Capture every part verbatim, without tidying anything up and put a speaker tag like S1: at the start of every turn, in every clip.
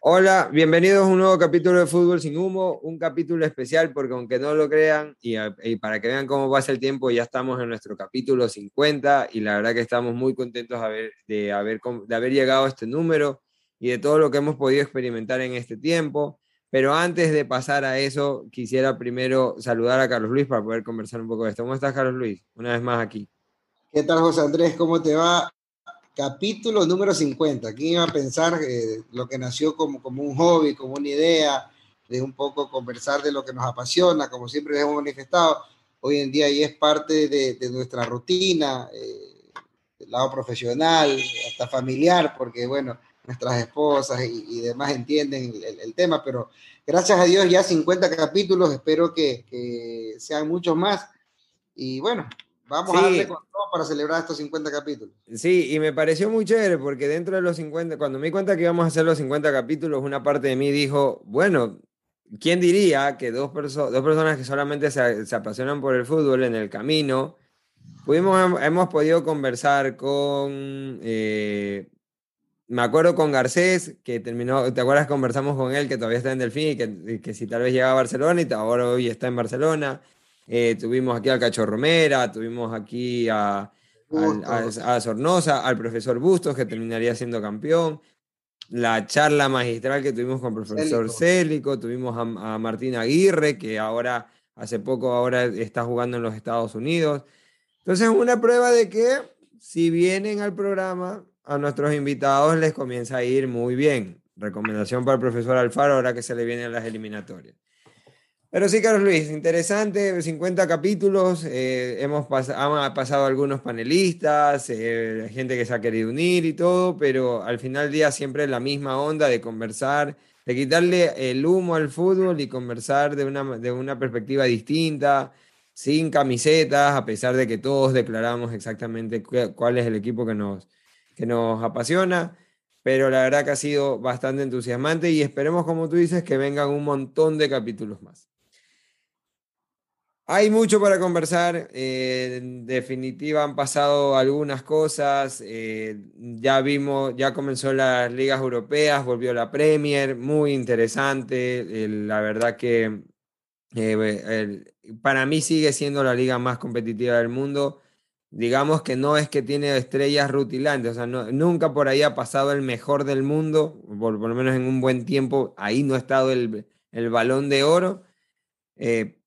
S1: Hola, bienvenidos a un nuevo capítulo de Fútbol sin Humo, un capítulo especial porque aunque no lo crean y, y para que vean cómo pasa el tiempo, ya estamos en nuestro capítulo cincuenta y la verdad que estamos muy contentos de haber, de haber, de haber llegado a este número y de todo lo que hemos podido experimentar en este tiempo. Pero antes de pasar a eso, quisiera primero saludar a Carlos Luis para poder conversar un poco de esto. ¿Cómo estás, Carlos Luis? Una vez más aquí.
S2: ¿Qué tal, José Andrés? ¿Cómo te va? Capítulo número cincuenta. ¿Quién iba a pensar eh, lo que nació como, como un hobby, como una idea, de un poco conversar de lo que nos apasiona, como siempre les hemos manifestado? Hoy en día ya es parte de, de nuestra rutina, eh, del lado profesional, hasta familiar, porque bueno, nuestras esposas y, y demás entienden el, el, el, tema, pero gracias a Dios ya cincuenta capítulos, espero que, que sean muchos más. Y bueno, vamos a darle
S1: Sí,
S2: con todo para celebrar estos cincuenta capítulos.
S1: Sí, y me pareció muy chévere porque dentro de los cincuenta, cuando me di cuenta que íbamos a hacer los cincuenta capítulos, una parte de mí dijo, bueno, ¿quién diría que dos, perso dos personas que solamente se, se apasionan por el fútbol en el camino, pudimos, hemos podido conversar con, eh, me acuerdo con Garcés, que terminó, ¿te acuerdas? Conversamos con él, que todavía está en Delfín y que, y que si tal vez llegaba a Barcelona y ahora hoy está en Barcelona. Eh, tuvimos aquí al Cacho Romera, tuvimos aquí a, al- a,
S2: Justo.
S1: a Sornosa, al profesor Bustos, que terminaría siendo campeón. La charla magistral que tuvimos con el profesor
S2: Célico.
S1: Célico, tuvimos a, a Martín Aguirre, que ahora, hace poco, ahora está jugando en los Estados Unidos. Entonces, una prueba de que si vienen al programa, a nuestros invitados les comienza a ir muy bien. Recomendación para el profesor Alfaro ahora que se le vienen las eliminatorias. Pero sí, Carlos Luis, interesante, cincuenta capítulos, eh, hemos pas han pasado algunos panelistas, eh, gente que se ha querido unir y todo, pero al final del día siempre la misma onda de conversar, de quitarle el humo al fútbol y conversar de una, de una perspectiva distinta, sin camisetas, a pesar de que todos declaramos exactamente cu- cuál es el equipo que nos, que nos apasiona. Pero la verdad que ha sido bastante entusiasmante y esperemos, como tú dices, que vengan un montón de capítulos más. Hay mucho para conversar, eh, en definitiva han pasado algunas cosas, eh, ya vimos, ya comenzó las ligas europeas, volvió la Premier, muy interesante, el- la verdad que eh, el- para mí sigue siendo la liga más competitiva del mundo, digamos que no es que tiene estrellas rutilantes, o sea, no- nunca por ahí ha pasado el mejor del mundo, por, por lo menos en un buen tiempo, ahí no ha estado el, el Balón de Oro. Eh,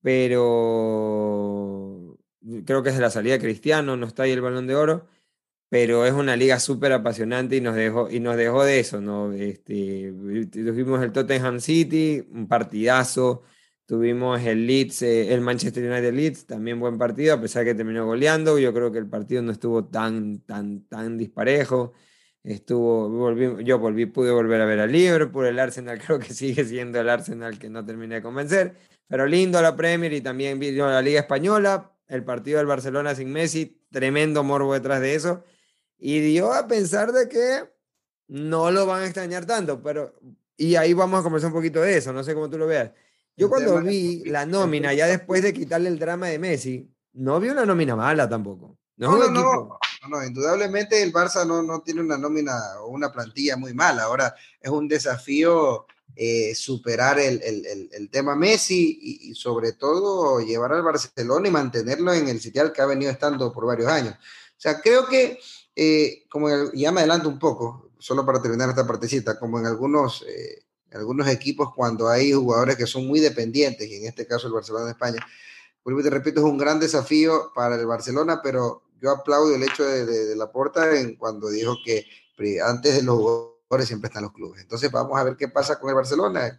S1: pero creo que es de la salida de Cristiano, no está ahí el Balón de Oro, pero es una liga súper apasionante y nos dejó, y nos dejó de eso, ¿no? Este, tuvimos el Tottenham City, un partidazo, tuvimos el Leeds, eh, el Manchester United Leeds, también buen partido, a pesar que terminó goleando, yo creo que el partido no estuvo tan, tan, tan disparejo. Estuvo, volví- yo volví, pude volver a ver al Liverpool, el Arsenal creo que sigue siendo el Arsenal que no terminé de convencer. Pero lindo la Premier y también vi yo la Liga Española, el partido del Barcelona sin Messi, tremendo morbo detrás de eso. Y dio a pensar de que no lo van a extrañar tanto, pero y ahí vamos a conversar un poquito de eso, no sé cómo tú lo veas. Yo
S2: El
S1: cuando
S2: tema,
S1: vi la
S2: el
S1: nómina,
S2: tema
S1: ya después de quitarle el drama de Messi, no vi una nómina mala tampoco. No es
S2: No,
S1: un
S2: no, no,
S1: equipo.
S2: no, no, indudablemente el Barça no, no tiene una nómina o una plantilla muy mala. Ahora es un desafío eh, superar el, el, el, el, tema Messi y, y, sobre todo llevar al Barcelona y mantenerlo en el sitial que ha venido estando por varios años. O sea, creo que, eh, como el, ya me adelanto un poco, solo para terminar esta partecita, como en algunos, eh, algunos equipos cuando hay jugadores que son muy dependientes, y en este caso el Barcelona de España, vuelvo y te repito, es un gran desafío para el Barcelona, pero yo aplaudo el hecho de, de, de Laporta en cuando dijo que antes de los jugadores siempre están los clubes. Entonces vamos a ver qué pasa con el Barcelona.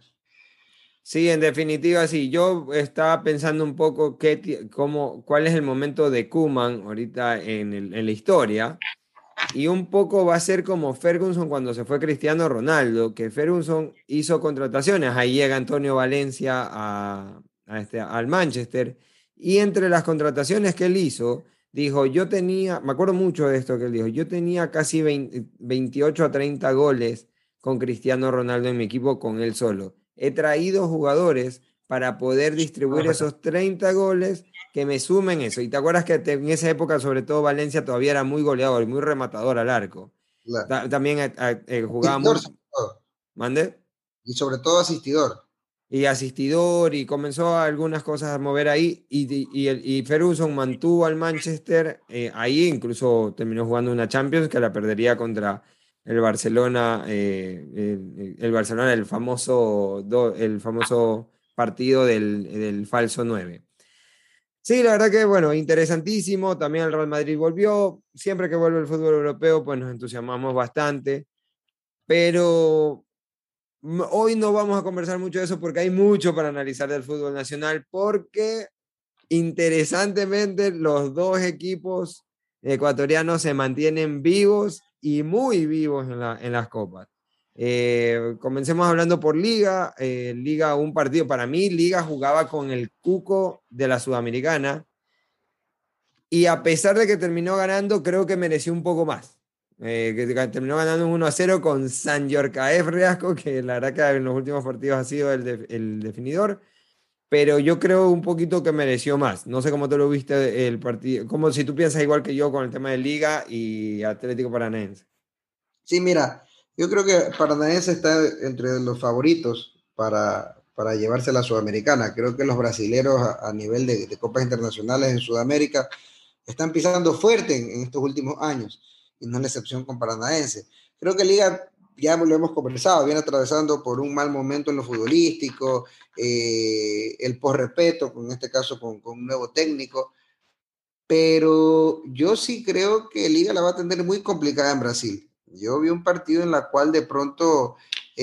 S1: Sí, en definitiva, sí. Yo estaba pensando un poco qué, ti- cómo, cuál es el momento de Koeman ahorita en, el- en la historia. Y un poco va a ser como Ferguson cuando se fue Cristiano Ronaldo, que Ferguson hizo contrataciones. Ahí llega Antonio Valencia a, a este, al Manchester. Y entre las contrataciones que él hizo, dijo, yo tenía, me acuerdo mucho de esto que él dijo, yo tenía casi veinte veintiocho a treinta goles con Cristiano Ronaldo en mi equipo con él solo. He traído jugadores para poder distribuir esos treinta goles que me sumen eso. Y te acuerdas que te- en esa época, sobre todo Valencia, todavía era muy goleador y muy rematador al arco.
S2: La,
S1: Ta- también eh, eh, jugaba
S2: asistidor
S1: muy.
S2: sobre todo.
S1: ¿Mande?
S2: Y sobre todo asistidor.
S1: Y asistidor, y comenzó algunas cosas a mover ahí, y, y, y Ferguson mantuvo al Manchester eh, ahí, incluso terminó jugando una Champions que la perdería contra el Barcelona, eh, el, el, Barcelona, el famoso, do, el famoso partido del, del falso nueve. Sí, la verdad que, bueno, interesantísimo. También el Real Madrid volvió. Siempre que vuelve el fútbol europeo, pues nos entusiasmamos bastante. Pero hoy no vamos a conversar mucho de eso porque hay mucho para analizar del fútbol nacional, porque interesantemente los dos equipos ecuatorianos se mantienen vivos y muy vivos en, la, en las copas. Eh, comencemos hablando por Liga. Eh, Liga, un partido, para mí, Liga jugaba con el cuco de la Sudamericana, y a pesar de que terminó ganando, creo que mereció un poco más. Eh, que terminó ganando un uno a cero con San Yorcaef Reasco, que la verdad que en los últimos partidos ha sido el, de, el definidor, pero yo creo un poquito que mereció más. No sé cómo te lo viste el partido, como si tú piensas igual que yo con el tema de Liga y Atlético Paranaense.
S2: Sí, mira, yo creo que Paranaense está entre los favoritos para, para llevarse la Sudamericana. Creo que los brasileros a, a nivel de, de copas internacionales en Sudamérica están pisando fuerte en, en estos últimos años, y no es la excepción con Paranaense. Creo que Liga, ya lo hemos conversado, viene atravesando por un mal momento en lo futbolístico, eh, el post-respeto, en este caso con, con un nuevo técnico, pero yo sí creo que Liga la va a tener muy complicada en Brasil. Yo vi un partido en la cual de pronto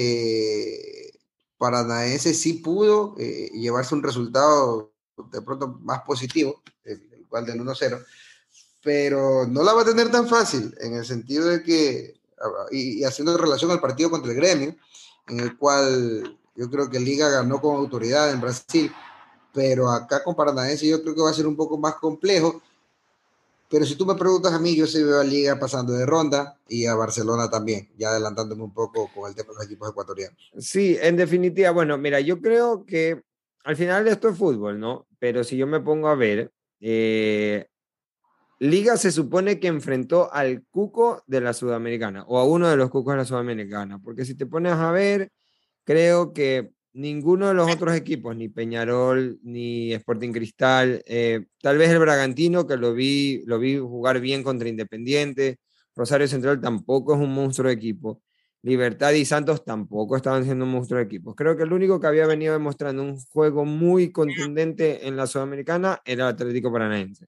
S2: eh, Paranaense sí pudo eh, llevarse un resultado de pronto más positivo, el, el cual del uno cero, pero no la va a tener tan fácil en el sentido de que, y, y haciendo relación al partido contra el Gremio, en el cual yo creo que Liga ganó con autoridad en Brasil, pero acá con Paranaense yo creo que va a ser un poco más complejo. Pero si tú me preguntas a mí, yo sí veo a Liga pasando de ronda y a Barcelona también, ya adelantándome un poco con el tema de los equipos ecuatorianos.
S1: Sí, en definitiva, bueno, mira, yo creo que al final esto es fútbol, ¿no? Pero si yo me pongo a ver, eh, Liga se supone que enfrentó al cuco de la Sudamericana, o a uno de los cucos de la Sudamericana, porque si te pones a ver, creo que ninguno de los otros equipos, ni Peñarol, ni Sporting Cristal, eh, tal vez el Bragantino, que lo vi, lo vi jugar bien contra Independiente, Rosario Central tampoco es un monstruo de equipo, Libertad y Santos tampoco estaban siendo un monstruo de equipos. Creo que el único que había venido demostrando un juego muy contundente en la Sudamericana era el Atlético Paranaense.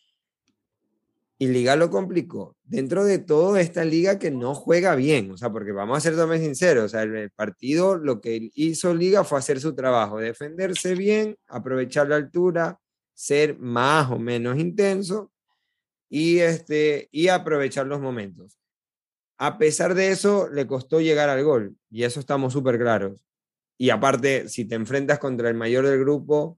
S1: Y Liga lo complicó. Dentro de todo, esta liga que no juega bien, o sea, porque vamos a ser también sinceros, o sea, el partido, lo que hizo Liga fue hacer su trabajo, defenderse bien, aprovechar la altura, ser más o menos intenso y, este, y aprovechar los momentos. A pesar de eso, le costó llegar al gol, y eso estamos súper claros. Y aparte, si te enfrentas contra el mayor del grupo,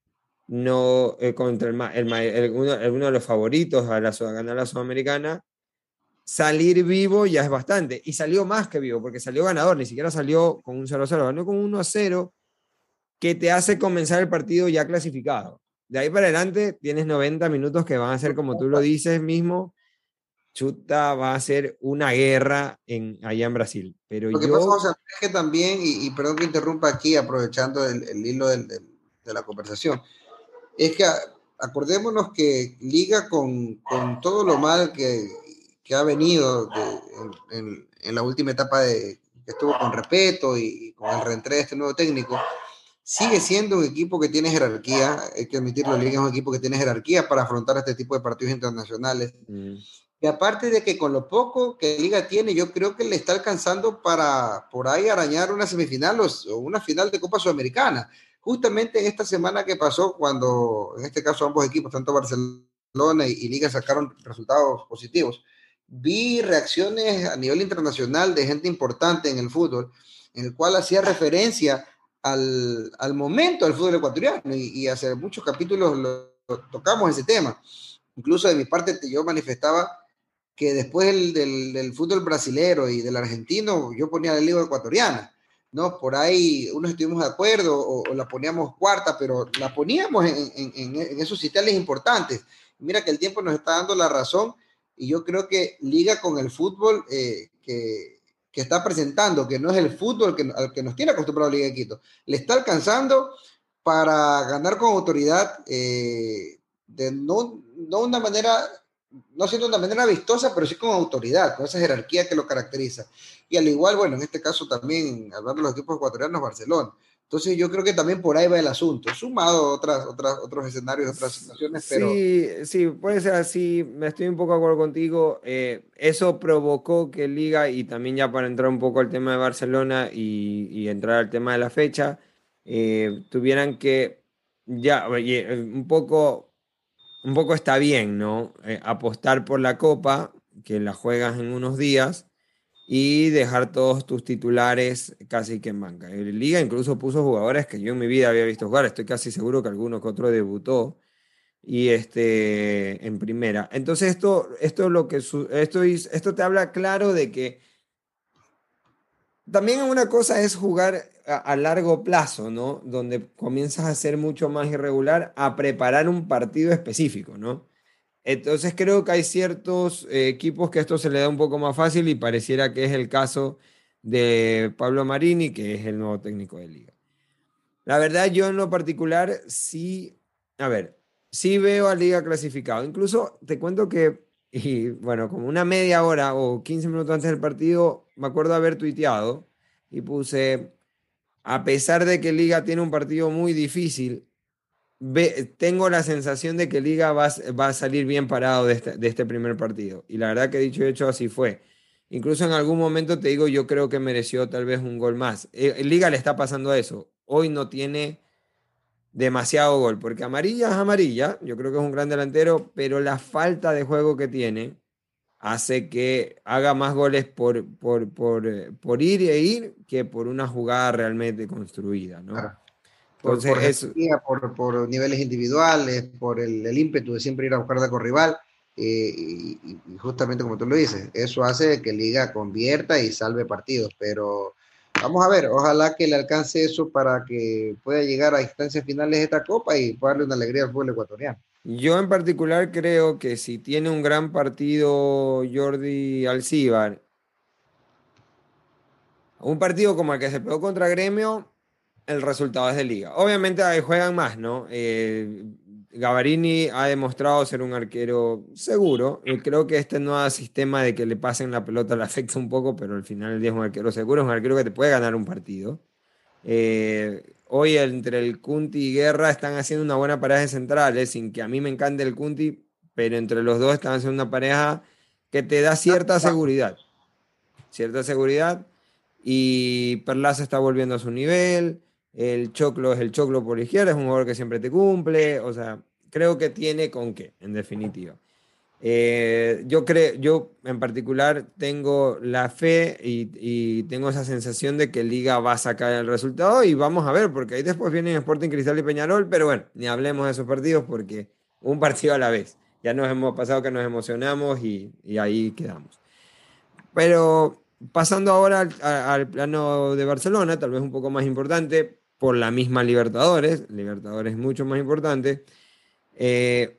S1: no eh, contra el, el, el, uno, uno, de los favoritos a, la, a ganar la Sudamericana, salir vivo ya es bastante. Y salió más que vivo, porque salió ganador, ni siquiera salió con un cero a cero, ganó con un uno a cero, que te hace comenzar el partido ya clasificado. De ahí para adelante tienes noventa minutos que van a ser, como tú lo dices mismo, chuta, va a ser una guerra en, allá en Brasil. Pero
S2: Lo que
S1: yo...
S2: pasa, José, es que también, y, y perdón que interrumpa aquí, aprovechando el, el hilo del, del, de la conversación, es que acordémonos que Liga con, con todo lo mal que, que ha venido de, en, en, en, la última etapa de, que estuvo con respeto y, y con el reentré de este nuevo técnico, sigue siendo un equipo que tiene jerarquía, hay que admitirlo, Liga es un equipo que tiene jerarquía para afrontar este tipo de partidos internacionales. Mm. Y aparte de que con lo poco que Liga tiene, yo creo que le está alcanzando para por ahí arañar una semifinal o, o una final de Copa Sudamericana. Justamente en esta semana que pasó, cuando en este caso ambos equipos, tanto Barcelona y, y Liga, sacaron resultados positivos, vi reacciones a nivel internacional de gente importante en el fútbol, en el cual hacía referencia al, al momento del fútbol ecuatoriano, y, y hace muchos capítulos lo, lo tocamos ese tema. Incluso de mi parte yo manifestaba que después del, del, del fútbol brasilero y del argentino, yo ponía la liga ecuatoriana, ¿no? Por ahí unos estuvimos de acuerdo o, o la poníamos cuarta, pero la poníamos en, en, en, en esos sitiales importantes. Mira que el tiempo nos está dando la razón, y yo creo que liga con el fútbol eh, que, que está presentando, que no es el fútbol que, al que nos tiene acostumbrado la Liga de Quito, le está alcanzando para ganar con autoridad, eh, de no, no una manera, no siendo una manera vistosa, pero sí con autoridad, con esa jerarquía que lo caracteriza. Y al igual, bueno, en este caso también, hablando de los equipos ecuatorianos, Barcelona. Entonces yo creo que también por ahí va el asunto, sumado a otras, otras, otros escenarios, otras situaciones, pero...
S1: Sí, sí, puede ser así. Me estoy un poco de acuerdo contigo. Eh, eso provocó que Liga, y también ya para entrar un poco al tema de Barcelona y, y entrar al tema de la fecha, eh, tuvieran que ya, oye, eh, un poco, un poco está bien, ¿no? Eh, apostar por la Copa, que la juegas en unos días, y dejar todos tus titulares casi que en banca. El Liga incluso puso jugadores que yo en mi vida había visto jugar. Estoy casi seguro que alguno que otro debutó y este en primera. Entonces esto, esto, lo que su- esto, es- esto te habla claro de que también una cosa es jugar a, a largo plazo, ¿no? Donde comienzas a ser mucho más irregular, a preparar un partido específico, ¿no? Entonces creo que hay ciertos eh, equipos que esto se le da un poco más fácil y pareciera que es el caso de Pablo Marini, que es el nuevo técnico de liga. La verdad, yo en lo particular sí, a ver, sí veo a Liga clasificado. Incluso te cuento que, y bueno, como una media hora o quince minutos antes del partido, me acuerdo haber tuiteado y puse, a pesar de que Liga tiene un partido muy difícil, ve- tengo la sensación de que Liga va, a va a salir bien parado de este, de este primer partido. Y la verdad que dicho y hecho así fue. Incluso en algún momento te digo, yo creo que mereció tal vez un gol más. Eh, Liga le está pasando eso. Hoy no tiene demasiado gol, porque amarilla es amarilla, yo creo que es un gran delantero, pero la falta de juego que tiene hace que haga más goles por, por, por, eh, por ir e ir que por una jugada realmente construida, ¿no?
S2: Claro. Por,
S1: Entonces,
S2: por
S1: es,
S2: jerarquía, por, por niveles individuales, por el, el ímpetu de siempre ir a buscar de corrival. Eh, y, y justamente como tú lo dices, eso hace que Liga convierta y salve partidos. Pero vamos a ver, ojalá que le alcance eso para que pueda llegar a instancias finales de esta Copa y pueda darle una alegría al fútbol ecuatoriano.
S1: yo en particular creo que si tiene un gran partido Jordi Alcíbar, un partido como el que se pegó contra Gremio, el resultado es de liga. Obviamente ahí juegan más, ¿no? Eh, Gavarini ha demostrado ser un arquero seguro. Eh, creo que este nuevo sistema de que le pasen la pelota le afecta un poco, pero al final el día es un arquero seguro, es un arquero que te puede ganar un partido. Eh, hoy entre el Cunti y Guerra están haciendo una buena pareja de centrales, sin que a mí me encante el Cunti, pero entre los dos están haciendo una pareja que te da cierta seguridad cierta seguridad. Y Perlaza está volviendo a su nivel. El Choclo es el Choclo por izquierda, es un jugador que siempre te cumple. O sea, creo que tiene con qué, en definitiva. Eh, yo creo, yo en particular tengo la fe y, y tengo esa sensación de que Liga va a sacar el resultado y vamos a ver, porque ahí después vienen Sporting Cristal y Peñarol, pero bueno, ni hablemos de esos partidos porque un partido a la vez. Ya nos hemos pasado que nos emocionamos y, y ahí quedamos. Pero pasando ahora al, a- al plano de Barcelona, tal vez un poco más importante, por la misma Libertadores, Libertadores mucho más importante. eh,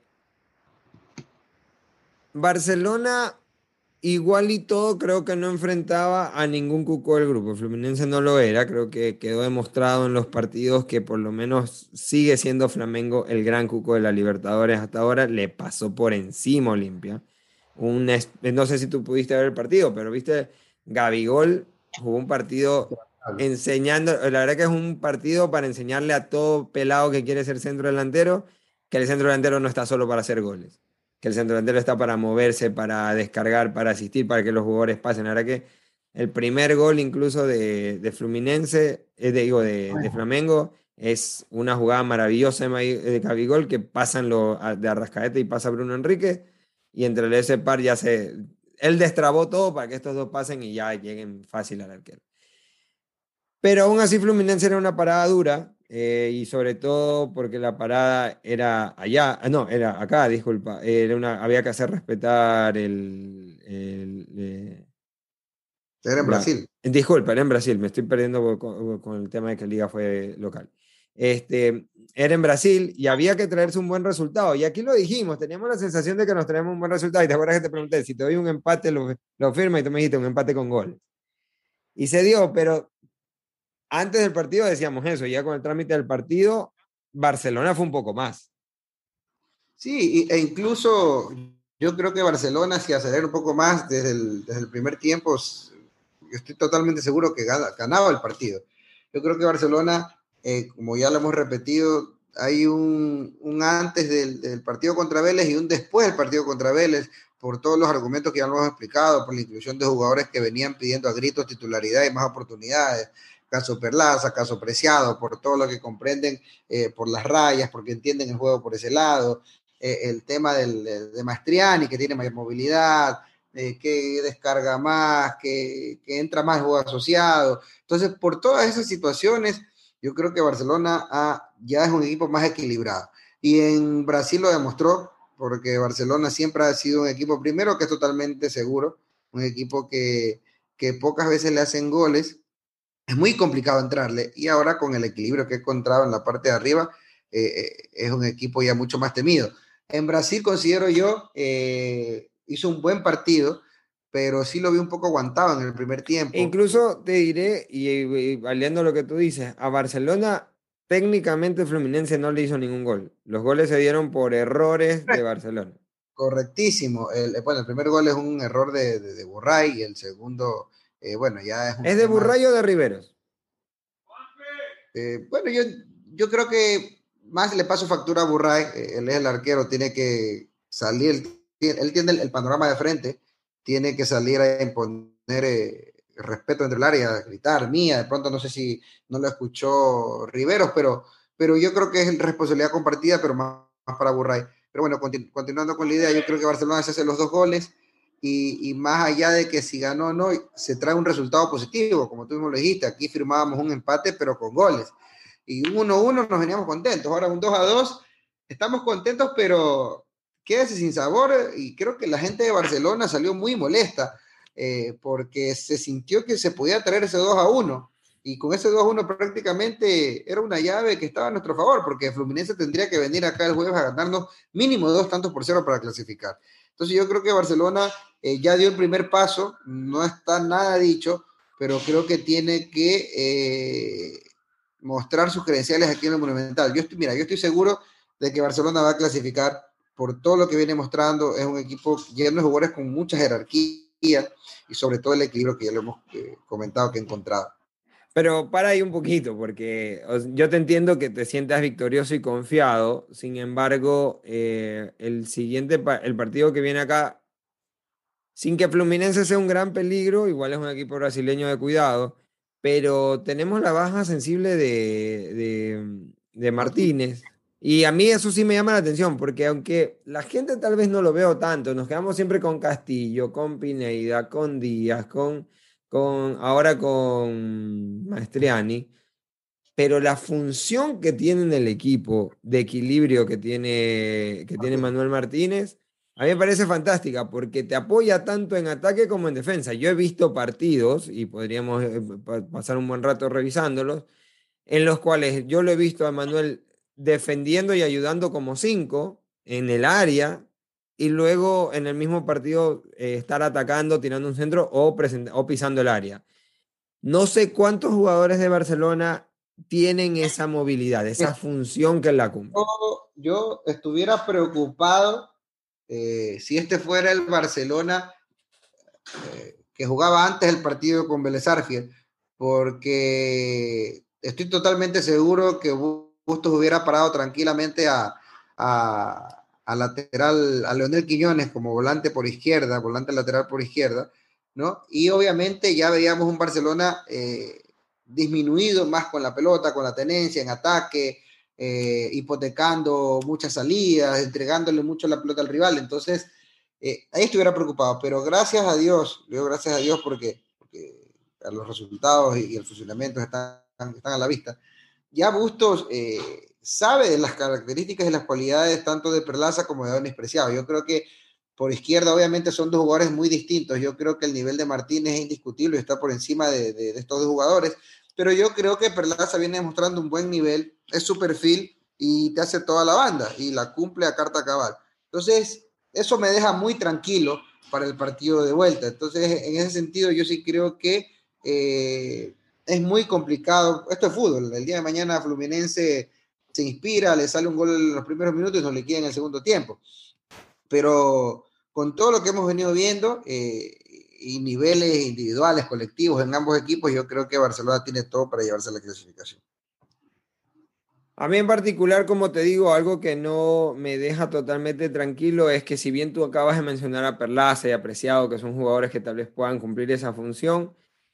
S1: Barcelona, igual y todo, creo que no enfrentaba a ningún cuco del grupo. Fluminense no lo era, creo que quedó demostrado en los partidos que por lo menos sigue siendo Flamengo el gran cuco de la Libertadores hasta ahora. Le pasó por encima Olimpia. Un es- no sé si tú pudiste ver el partido, pero viste, Gabigol jugó un partido enseñando, la verdad que es un partido para enseñarle a todo pelado que quiere ser centro delantero, que el centro delantero no está solo para hacer goles, que el centro delantero está para moverse, para descargar, para asistir, para que los jugadores pasen. La verdad que el primer gol incluso de, de Fluminense, es de, digo, de, de Flamengo, es una jugada maravillosa de, Ma- de Gabigol que pasan lo, a- de Arrascaeta y pasa Bruno Enrique y entre ese par ya se... Él destrabó todo para que estos dos pasen y ya lleguen fácil al arquero. Pero aún así Fluminense era una parada dura eh, y sobre todo porque la parada era allá, ah, no, era acá, disculpa, era una, había que hacer respetar el, el, eh,
S2: Era en
S1: la,
S2: Brasil.
S1: disculpa, era en Brasil, me estoy perdiendo con, con el tema de que la liga fue local. Este, era en Brasil y había que traerse un buen resultado. Y aquí lo dijimos, teníamos la sensación de que nos traemos un buen resultado. Y te acuerdas que te pregunté, si te doy un empate, lo, lo firma y tú me dijiste un empate con gol. y se dio, pero antes del partido decíamos eso, ya con el trámite del partido, Barcelona fue un poco más.
S2: Sí, e incluso yo creo que Barcelona, si acelera un poco más desde el, desde el primer tiempo, yo estoy totalmente seguro que gana, ganaba el partido. Yo creo que Barcelona, eh, como ya lo hemos repetido, hay un, un antes del, del, partido contra Vélez y un después del partido contra Vélez, por todos los argumentos que ya lo hemos explicado, por la inclusión de jugadores que venían pidiendo a gritos titularidad y más oportunidades, caso Perlaza, caso Preciado, por todo lo que comprenden, eh, por las rayas, porque entienden el juego por ese lado, eh, el tema del, de, de Mastriani, que tiene mayor movilidad, eh, que descarga más, que, que entra más juego asociado. Entonces, por todas esas situaciones, yo creo que Barcelona ah, ya es un equipo más equilibrado. Y en Brasil lo demostró, porque Barcelona siempre ha sido un equipo, primero, que es totalmente seguro, un equipo que, que pocas veces le hacen goles, es muy complicado entrarle, y ahora con el equilibrio que he encontrado en la parte de arriba, eh, es un equipo ya mucho más temido. En Brasil, considero yo, eh, hizo un buen partido, pero sí lo vi un poco aguantado en el primer
S1: E
S2: tiempo.
S1: incluso te diré, y, y valiendo lo que tú dices, a Barcelona técnicamente Fluminense no le hizo ningún gol. Los goles se dieron por errores de Barcelona.
S2: Correctísimo. El, bueno, el primer gol es un error de, de, de Burray, y el segundo, eh, bueno, ya es un
S1: ¿Es de
S2: tema.
S1: Burray o de Riveros?
S2: Eh, bueno, yo, yo creo que más le paso factura a Burray, eh, él es el arquero, tiene que salir, él tiene el, el panorama de frente, tiene que salir a imponer eh, respeto entre el área, gritar, mía, de pronto no sé si no lo escuchó Riveros, pero, pero yo creo que es responsabilidad compartida, pero más, más para Burray. Pero bueno, continu continuando con la idea, yo creo que Barcelona se hace los dos goles, y, y más allá de que si ganó o no, se trae un resultado positivo, como tú mismo lo dijiste, aquí firmábamos un empate, pero con goles. Y un uno uno nos veníamos contentos, ahora un dos a dos, estamos contentos, pero quédese sin sabor, y creo que la gente de Barcelona salió muy molesta, eh, porque se sintió que se podía traer ese dos a uno, y con ese dos a uno prácticamente era una llave que estaba a nuestro favor, porque Fluminense tendría que venir acá el jueves a ganarnos mínimo dos tantos por cero para clasificar. Entonces yo creo que Barcelona eh, ya dio el primer paso, no está nada dicho, pero creo que tiene que eh, mostrar sus credenciales aquí en el Monumental. Yo estoy, mira, yo estoy seguro de que Barcelona va a clasificar por todo lo que viene mostrando. Es un equipo lleno de jugadores con mucha jerarquía y sobre todo el equilibrio que ya lo hemos eh, comentado que he encontrado.
S1: Pero para ahí un poquito, porque o sea, yo te entiendo que te sientas victorioso y confiado. Sin embargo, eh, el siguiente, pa- el partido que viene acá, sin que Fluminense sea un gran peligro, igual es un equipo brasileño de cuidado, pero tenemos la baja sensible de, de, de
S2: Martín.
S1: Martínez. Y a mí eso sí me llama la atención, porque aunque la gente tal vez no lo veo tanto, nos quedamos siempre con Castillo, con Pineida, con Díaz, con, con ahora con Maestriani, pero la función que tiene en el equipo de equilibrio que tiene, que tiene Manuel Martínez, a mí me parece fantástica porque te apoya tanto en ataque como en defensa. Yo he visto partidos, y podríamos eh, pa- pasar un buen rato revisándolos, en los cuales yo lo he visto a Manuel defendiendo y ayudando como cinco en el área, y luego en el mismo partido eh, estar atacando, tirando un centro o, present- o pisando el área. No sé cuántos jugadores de Barcelona tienen esa movilidad, esa función que él la cumple.
S2: Yo, yo estuviera preocupado eh, si este fuera el Barcelona eh, que jugaba antes el partido con Vélez Arfiel, porque estoy totalmente seguro que Bustos hubiera parado tranquilamente a, a, a lateral, a Leonel Quiñones como volante por izquierda, volante lateral por izquierda, ¿no? Y obviamente ya veíamos un Barcelona eh, disminuido más con la pelota, con la tenencia en ataque, eh, hipotecando muchas salidas, entregándole mucho la pelota al rival. Entonces, eh, ahí estuviera preocupado, pero gracias a Dios, digo gracias a Dios porque, porque los resultados y, y, el funcionamiento están, están a la vista. Ya Bustos eh, sabe de las características y las cualidades tanto de Perlaza como de Adonis Preciado. Yo creo que por izquierda obviamente son dos jugadores muy distintos. Yo creo que el nivel de Martínez es indiscutible y está por encima de, de, de estos dos jugadores, pero yo creo que Perlaza viene demostrando un buen nivel, es su perfil y te hace toda la banda y la cumple a carta cabal. Entonces, eso me deja muy tranquilo para el partido de vuelta. Entonces, en ese sentido, yo sí creo que eh, es muy complicado. Esto es fútbol. El día de mañana Fluminense se inspira, le sale un gol en los primeros minutos y nos liquida en el segundo tiempo. Pero con todo lo que hemos venido viendo eh, y niveles individuales, colectivos en ambos equipos, yo creo que Barcelona tiene todo para llevarse la clasificación.
S1: A mí en particular, como te digo, algo que no me deja totalmente tranquilo es que si bien tú acabas de mencionar a Perlaza y a Preciado, que son jugadores que tal vez puedan cumplir esa función,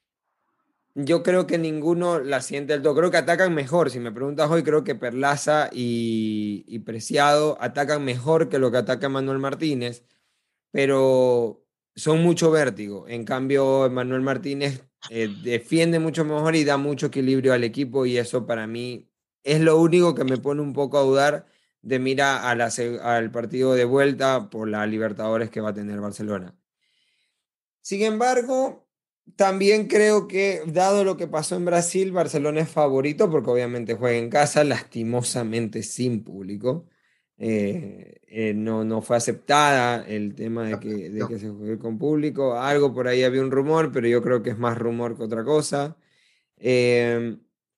S1: yo creo que ninguno la siente del todo. Creo que atacan mejor. Si me preguntas hoy, creo que Perlaza y, y Preciado atacan mejor que lo que ataca Manuel Martínez, pero son mucho vértigo. En cambio, Manuel Martínez eh, defiende mucho mejor y da mucho equilibrio al equipo y eso para mí es lo único que me pone un poco a dudar de mira a la se- al partido de vuelta por la Libertadores que va a tener Barcelona. Sin embargo, también creo que, dado lo que pasó en Brasil, Barcelona es favorito porque obviamente juega en casa, lastimosamente sin público. Eh, eh, no, no fue aceptada el tema de que, de que se juegue con público. Algo por ahí había un rumor, pero yo creo que es más rumor que otra cosa. Eh,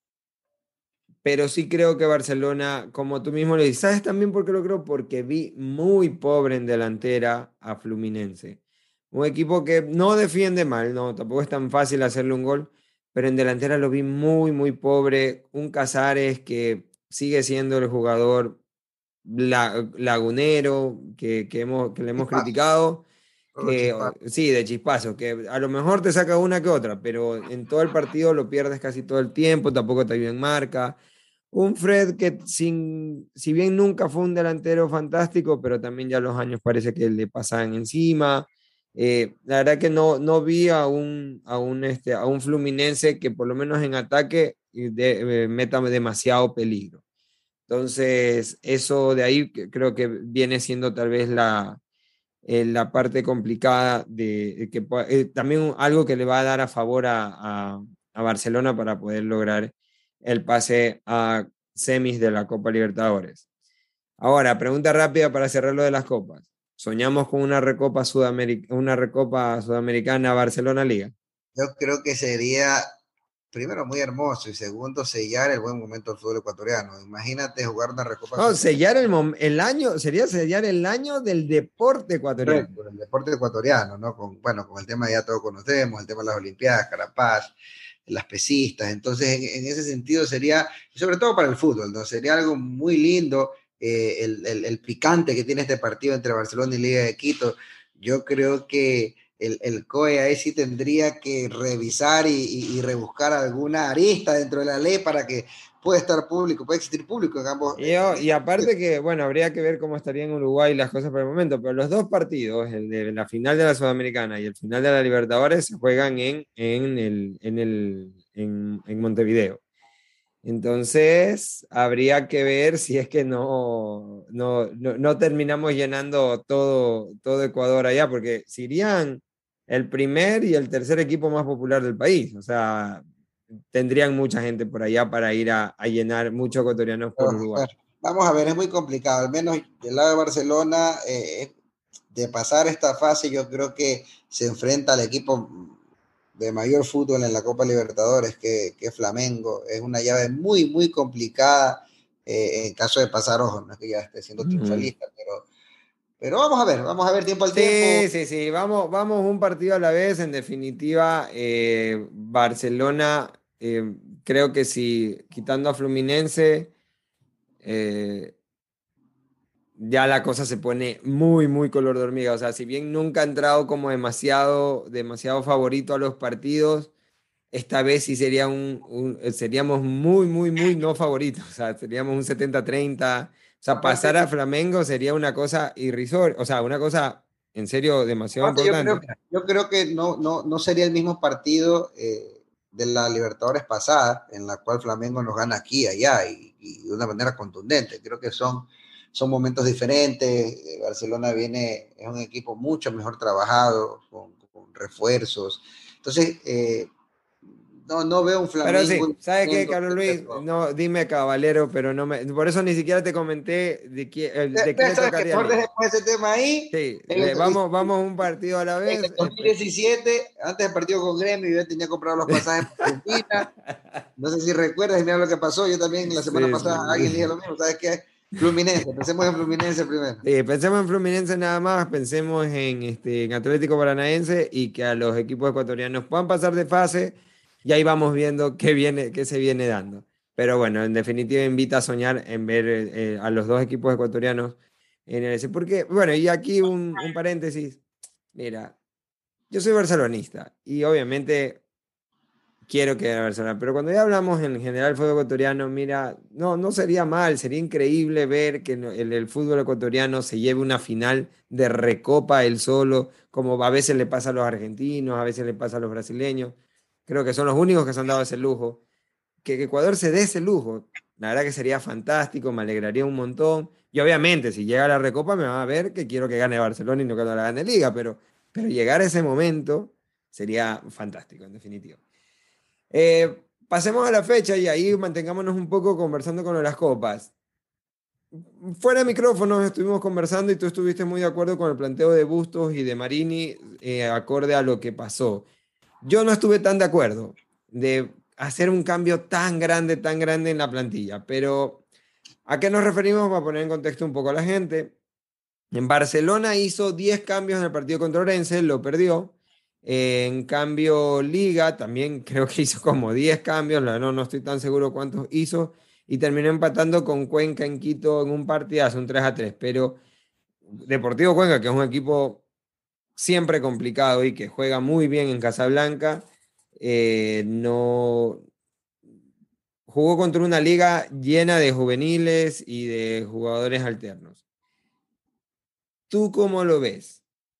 S1: pero sí creo que Barcelona, como tú mismo le dices, ¿sabes también por qué lo creo? Porque vi muy pobre en delantera a Fluminense. Un equipo que no defiende mal, no, tampoco es tan fácil hacerle un gol, pero en delantera lo vi muy, muy pobre. Un Casares que sigue siendo el jugador la- lagunero que, que hemos, que le hemos
S2: Chispazo,
S1: criticado,
S2: solo
S1: que o-
S2: chispazo.
S1: sí, de chispazo, que a lo mejor te saca una que otra, pero en todo el partido lo pierdes casi todo el tiempo, tampoco te ayuda en marca. Un Fred que sin, si bien nunca fue un delantero fantástico, pero también ya los años parece que le pasaban encima. Eh, la verdad que no, no vi a un, a un, este, a un Fluminense que por lo menos en ataque eh, de- eh, meta demasiado peligro. Entonces, eso de ahí que- creo que viene siendo tal vez la, eh, la parte complicada de, de que pu- eh, también algo que le va a dar a favor a, a- a Barcelona para poder lograr el pase a semis de la Copa Libertadores. Ahora, pregunta rápida para cerrar lo de las copas. ¿Soñamos con una recopa, Sudameric- una recopa sudamericana Barcelona Liga?
S2: Yo creo que sería, primero, muy hermoso y segundo, sellar el buen momento del fútbol ecuatoriano. Imagínate jugar una Recopa
S1: No,
S2: Sudamericana.
S1: sellar el, mom- el año, sería sellar el año del deporte ecuatoriano.
S2: Correcto, el deporte ecuatoriano, ¿no? Con, bueno, con el tema ya todos conocemos, el tema de las Olimpiadas, Carapaz, las pesistas. Entonces, en, en ese sentido sería, sobre todo para el fútbol, ¿no? Sería algo muy lindo eh, el, el, el, picante que tiene este partido entre Barcelona y Liga de Quito. Yo creo que el, el C O E ahí sí tendría que revisar y, y, y rebuscar alguna arista dentro de la ley para que pueda estar público, pueda existir público en ambos.
S1: Y, yo- y aparte que, bueno, habría que ver cómo estaría en Uruguay las cosas por el momento, pero los dos partidos, el de la final de la Sudamericana y el final de la Libertadores, se juegan en, en, el, en, el, en, en Montevideo. Entonces, habría que ver si es que no, no, no, no terminamos llenando todo, todo Ecuador allá, porque serían el primer y el tercer equipo más popular del país. O sea, tendrían mucha gente por allá para ir a, a llenar muchos ecuatorianos por
S2: Pero,
S1: Uruguay.
S2: bueno, vamos a ver, es muy complicado, al menos del lado de Barcelona, eh, de pasar esta fase, yo creo que se enfrenta al equipo de mayor fútbol en la Copa Libertadores, que, que Flamengo. Es una llave muy, muy complicada eh, en caso de pasar, ojo, no es que ya esté siendo
S1: Ujú.
S2: triunfalista, pero, pero vamos a ver, vamos a ver tiempo al tiempo.
S1: Sí, sí, sí, vamos, vamos un partido a la vez. En definitiva, eh, Barcelona, eh, creo que si quitando a Fluminense, eh, ya la cosa se pone muy, muy color de hormiga. O sea, si bien nunca ha entrado como demasiado, demasiado favorito a los partidos, esta vez sí sería un, un- eh, seríamos muy, muy, muy no favoritos. O sea, seríamos un setenta treinta. O sea,
S2: Aparte,
S1: pasar a Flamengo sería una cosa irrisoria. O sea, una cosa en serio demasiado
S2: aparte yo creo,
S1: importante.
S2: mira, yo creo que no, no, no sería el mismo partido eh, de la Libertadores pasada, en la cual Flamengo nos gana aquí y allá, y, y de una manera contundente. Creo que son, son momentos diferentes. Eh, Barcelona viene, es un equipo mucho mejor trabajado, con, con refuerzos. Entonces, eh, no, no veo un
S1: Pero
S2: Flamengo.
S1: sí, ¿sabes qué, Carlos Luis? No, dime caballero, pero no me, por eso ni siquiera te comenté de, qui- eh, de qué le
S2: ¿Sabes qué?
S1: tocaría
S2: Mejor
S1: Liga.
S2: dejemos ese tema ahí.
S1: Sí,
S2: En el,
S1: le- vamos, vamos un partido a la
S2: en el
S1: vez. espe-
S2: dos mil diecisiete, antes del partido con Gremio, yo tenía comprado los pasajes para Argentina. No sé si recuerdas, y mira lo que pasó. Yo también la semana
S1: Sí,
S2: pasada a alguien le dije lo
S1: sí.
S2: mismo. ¿Sabes qué? Fluminense, pensemos en Fluminense primero.
S1: Sí, pensemos en Fluminense nada más, pensemos en, este, en Atlético Paranaense y que a los equipos ecuatorianos puedan pasar de fase y ahí vamos viendo qué viene, qué se viene dando. Pero bueno, en definitiva invita a soñar en ver eh, a los dos equipos ecuatorianos en el ese. Porque, bueno, y aquí un, un paréntesis. Mira, yo soy barcelonista y obviamente quiero que gane Barcelona, pero cuando ya hablamos en general del fútbol ecuatoriano, mira, no, no sería mal, sería increíble ver que no- el, el fútbol ecuatoriano se lleve una final de Recopa él solo, como a veces le pasa a los argentinos, a veces le pasa a los brasileños. Creo que son los únicos que se han dado ese lujo. Que, que Ecuador se dé ese lujo, la verdad que sería fantástico, me alegraría un montón. Y obviamente, si llega a la Recopa, me van a ver que quiero que gane Barcelona y no que no la gane Liga, pero, pero llegar a ese momento sería fantástico, en definitiva. Eh, pasemos a la fecha y ahí mantengámonos un poco conversando con lo de las copas. Fuera de micrófonos estuvimos conversando y tú estuviste muy de acuerdo con el planteo de Bustos y de Marini eh, acorde a lo que pasó. Yo no estuve tan de acuerdo de hacer un cambio tan grande, tan grande en la plantilla, pero ¿a qué nos referimos? Para poner en contexto un poco a la gente. En Barcelona hizo diez cambios en el partido contra Orense, lo perdió. Eh, en cambio, Liga también creo que hizo como diez cambios, la- no, no estoy tan seguro cuántos hizo, y terminó empatando con Cuenca en Quito en un partidazo, un tres a tres. Pero Deportivo Cuenca, que es un equipo siempre complicado y que juega muy bien en Casablanca, eh, no jugó contra una liga llena de juveniles y de jugadores alternos. ¿Tú cómo lo ves?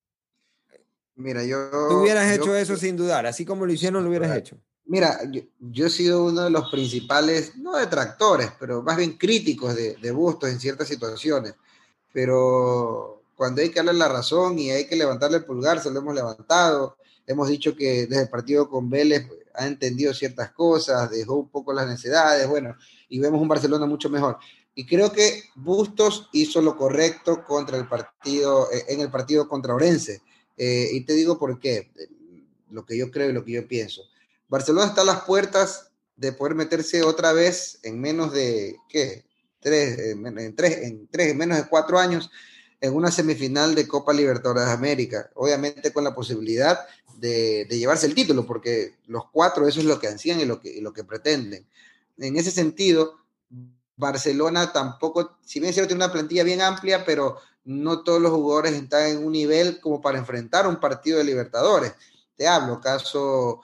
S2: Mira,
S1: Tú
S2: yo,
S1: hubieras
S2: yo,
S1: hecho eso sin dudar, así como lo hicieron, lo hubieras hecho.
S2: mira, yo, yo he sido uno de los principales, no detractores, pero más bien críticos de, de Bustos en ciertas situaciones. Pero cuando hay que darle la razón y hay que levantarle el pulgar, se lo hemos levantado. Hemos dicho que desde el partido con Vélez pues, ha entendido ciertas cosas, dejó un poco las necesidades, bueno, y vemos un Barcelona mucho mejor. Y creo que Bustos hizo lo correcto contra el partido, eh, en el partido contra Orense. Eh, y te digo por qué, lo que yo creo y lo que yo pienso. Barcelona está a las puertas de poder meterse otra vez en menos de, ¿qué? Tres, en, tres, en tres, en menos de cuatro años, en una semifinal de Copa Libertadores de América. Obviamente con la posibilidad de, de llevarse el título, porque los cuatro eso es lo que ansían y lo que, y lo que pretenden. En ese sentido, Barcelona tampoco, si bien es cierto, tiene una plantilla bien amplia, pero no todos los jugadores están en un nivel como para enfrentar un partido de Libertadores. Te hablo, caso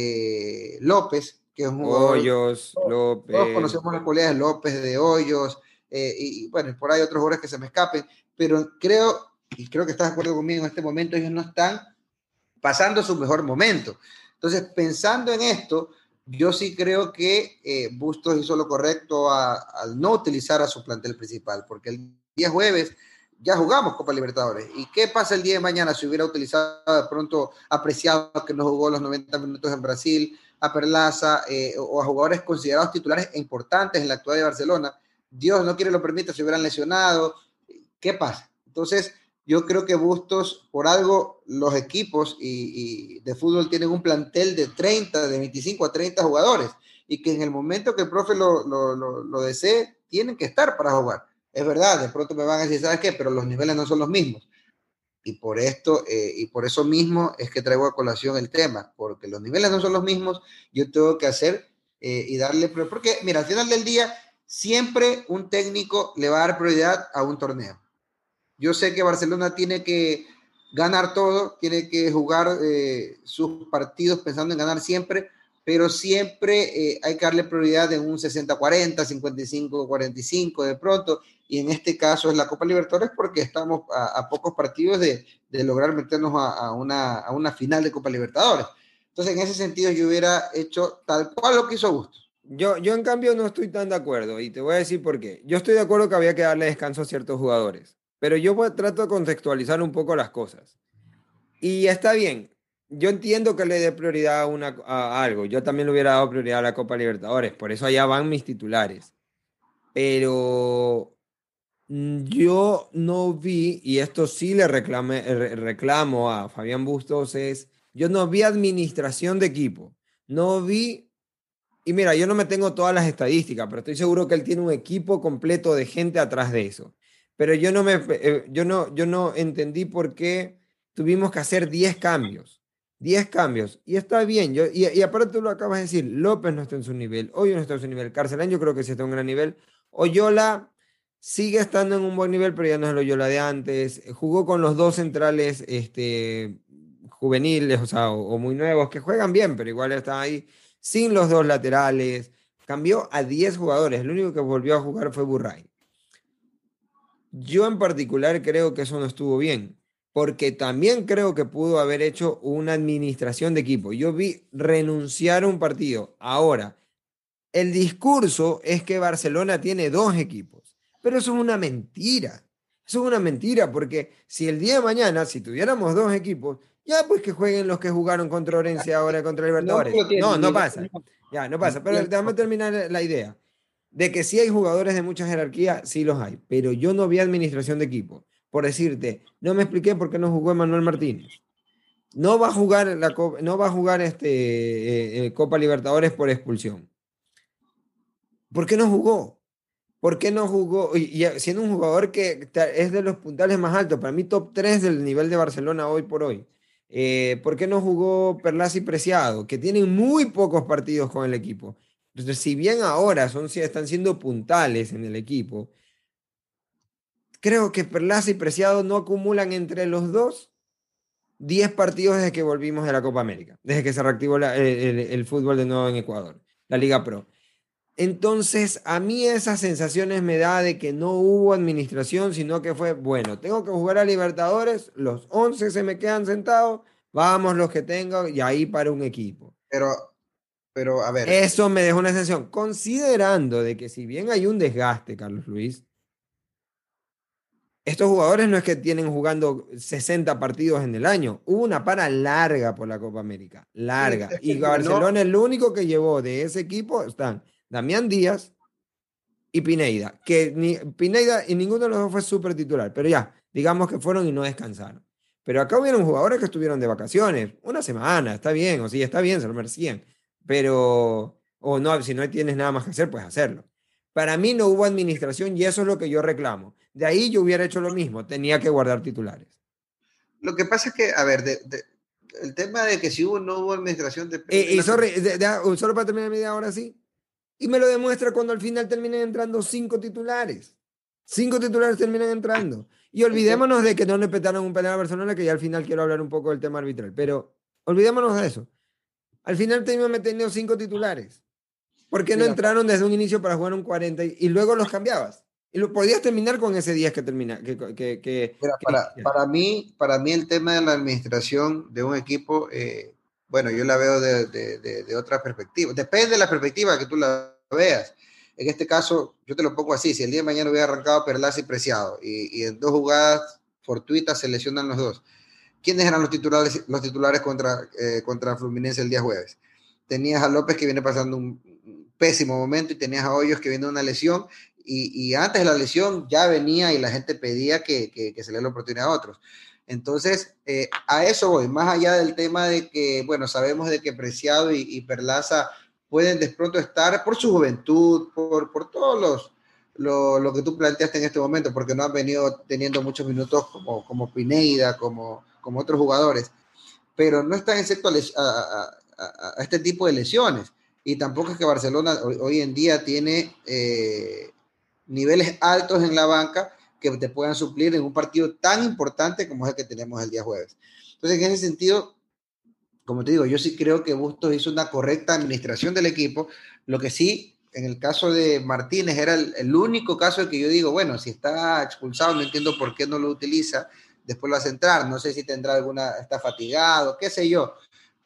S2: eh, López, que es un jugador,
S1: Hoyos,
S2: todos
S1: López.
S2: conocemos las cualidades de López, de Hoyos, eh, y bueno, por ahí otros jugadores que se me escapen, pero creo, y creo que estás de acuerdo conmigo en este momento, ellos no están pasando su mejor momento. Entonces, pensando en esto, yo sí creo que eh, Bustos hizo lo correcto a, al no utilizar a su plantel principal, porque el día jueves ya jugamos Copa Libertadores. ¿Y qué pasa el día de mañana si hubiera utilizado de pronto apreciado que no jugó los noventa minutos en Brasil, a Perlaza eh, o a jugadores considerados titulares e importantes en la actualidad de Barcelona? Dios no quiere lo permita, se hubieran lesionado. ¿Qué pasa? Entonces, yo creo que Bustos, por algo, los equipos y, y de fútbol tienen un plantel de treinta, de veinticinco a treinta jugadores, y que en el momento que el profe lo, lo, lo, lo desee, tienen que estar para jugar. Es verdad, de pronto me van a decir, ¿sabes qué? Pero los niveles no son los mismos. Y por esto, eh, y por eso mismo es que traigo a colación el tema, porque los niveles no son los mismos, yo tengo que hacer eh, y darle, porque mira, al final del día, siempre un técnico le va a dar prioridad a un torneo. Yo sé que Barcelona tiene que ganar todo, tiene que jugar eh, sus partidos pensando en ganar siempre, pero siempre eh, hay que darle prioridad en un sesenta cuarenta, cincuenta y cinco cuarenta y cinco de pronto, y en este caso es la Copa Libertadores porque estamos a, a pocos partidos de, de lograr meternos a, a, una, a una final de Copa Libertadores. Entonces, en ese sentido, yo hubiera hecho tal cual lo que hizo Bustos.
S1: Yo, yo en cambio no estoy tan de acuerdo y te voy a decir por qué. Yo estoy de acuerdo que había que darle descanso a ciertos jugadores, pero yo pues, trato de contextualizar un poco las cosas. Y está bien, yo entiendo que le dé prioridad a, una, a algo. Yo también le hubiera dado prioridad a la Copa Libertadores. Por eso allá van mis titulares. Pero mm, yo no vi, y esto sí le reclame- re- reclamo a Fabián Bustos, es, yo no vi administración de equipo. No vi, y mira, yo no me tengo todas las estadísticas, pero estoy seguro que él tiene un equipo completo de gente atrás de eso. Pero yo no me, eh, yo no, yo no entendí por qué tuvimos que hacer diez cambios. Diez cambios. Y está bien. Yo, y, y aparte tú lo acabas de decir, López no está en su nivel, Hoyo no está en su nivel, Carcelán yo creo que sí está en un gran nivel. Oyola sigue estando en un buen nivel, pero ya no es el Oyola de antes. Jugó con los dos centrales este, juveniles, o sea, o, o muy nuevos, que juegan bien, pero igual están ahí sin los dos laterales. Cambió a diez jugadores. El único que volvió a jugar fue Burray. Yo en particular creo que eso no estuvo bien, porque también creo que pudo haber hecho una administración de equipo. Yo vi renunciar a un partido. Ahora, el discurso es que Barcelona tiene dos equipos, pero eso es una mentira. Eso es una mentira, porque si el día de mañana, si tuviéramos dos equipos, ya pues que jueguen los que jugaron contra Orense ahora contra
S2: No
S1: Libertadores.
S2: lo
S1: No,
S2: tienen,
S1: no
S2: ni no,
S1: pasa.
S2: no,
S1: Ya, no
S2: no
S1: pasa. Pero
S2: tienen.
S1: déjame terminar la idea. De que sí hay jugadores de mucha jerarquía, sí los hay, pero yo no vi administración de equipo. Por decirte, no me expliqué por qué no jugó Manuel Martínez. No va a jugar, la, no va a jugar este, eh, eh, Copa Libertadores por expulsión. ¿Por qué no jugó? ¿Por qué no jugó? Y, y siendo un jugador que es de los puntales más altos, para mí top tres del nivel de Barcelona hoy por hoy. Eh, ¿por qué no jugó Perlaza y Preciado? Que tienen muy pocos partidos con el equipo. Entonces, si bien ahora son, si están siendo puntales en el equipo, creo que Perlaza y Preciado no acumulan entre los dos diez partidos desde que volvimos de la Copa América, desde que se reactivó la- el, el- el fútbol de nuevo en Ecuador, la Liga Pro. Entonces, a mí esas sensaciones me da de que no hubo administración, sino que fue, bueno, tengo que jugar a Libertadores, los once se me quedan sentados, vamos los que tengo y ahí para un equipo.
S2: Pero, pero a ver,
S1: Eso me dejó una sensación, considerando de que si bien hay un desgaste, Carlos Luis, estos jugadores no es que tienen jugando sesenta partidos en el año, hubo una para larga por la Copa América,
S2: sí,
S1: larga.
S2: es que
S1: Y
S2: mira, no,
S1: Barcelona, el único que llevó de ese equipo están Damián Díaz y Pineida, que ni Pineida y ninguno de los dos fue súper titular, pero ya, digamos que fueron y no descansaron. Pero acá hubieron jugadores que estuvieron de vacaciones, una semana, está bien, o sí, está bien, se lo merecían, pero, o no, si no tienes nada más que hacer, pues hacerlo. Para mí no hubo administración y eso es lo que yo reclamo. De ahí yo hubiera hecho lo mismo, tenía que guardar titulares.
S2: lo que pasa es que, a ver, de, de, el tema de que si hubo o no hubo administración
S1: Y,
S2: depende de
S1: y
S2: la
S1: sorry,
S2: situación.
S1: de, de, solo para terminar mi idea ahora sí, y me lo demuestra cuando al final terminan entrando cinco titulares. Cinco titulares terminan entrando. Y
S2: El tema,
S1: olvidémonos de que no le petaron un penal a Barcelona, que ya al final quiero hablar un poco del tema arbitral. Pero olvidémonos de eso. Al final terminamos teniendo cinco titulares. ¿Por qué no
S2: mira,
S1: entraron desde un inicio para jugar un cuarenta y, y luego los cambiabas? Y lo podías terminar con ese diez que termina, que, que, que,
S2: mira,
S1: que
S2: para,
S1: inicia.
S2: para mí, para mí el tema de la administración de un equipo, eh, bueno, yo la veo de, de, de, de otra perspectiva. Depende de la perspectiva que tú la veas. En este caso, yo te lo pongo así, si el día de mañana hubiera arrancado Perlaza y Preciado y, y en dos jugadas fortuitas se lesionan los dos, ¿quiénes eran los titulares, los titulares contra, eh, contra Fluminense el día jueves? Tenías a López que viene pasando un pésimo momento y tenías a Hoyos que viene de una lesión y, y, antes de la lesión ya venía y la gente pedía que, que, que se le dé la oportunidad a otros. Entonces, eh, a eso voy, más allá del tema de que, bueno, sabemos de que Preciado y, y Perlaza pueden de pronto estar por su juventud, por, por todos los, lo, lo, que tú planteaste en este momento, porque no han venido teniendo muchos minutos como, como Pineida, como, como otros jugadores, pero no están excepto a, a, a, a, este tipo de lesiones. Y tampoco es que Barcelona hoy, hoy en día tiene eh, niveles altos en la banca que te puedan suplir en un partido tan importante como es el que tenemos el día jueves. Entonces, en ese sentido, como te digo, yo sí creo que Bustos hizo una correcta administración del equipo. Lo que sí, en el caso de Martínez, era el, el único caso en que yo digo, bueno, si está expulsado, no entiendo por qué no lo utiliza, después lo hace entrar. No sé si tendrá alguna, está fatigado, qué sé yo.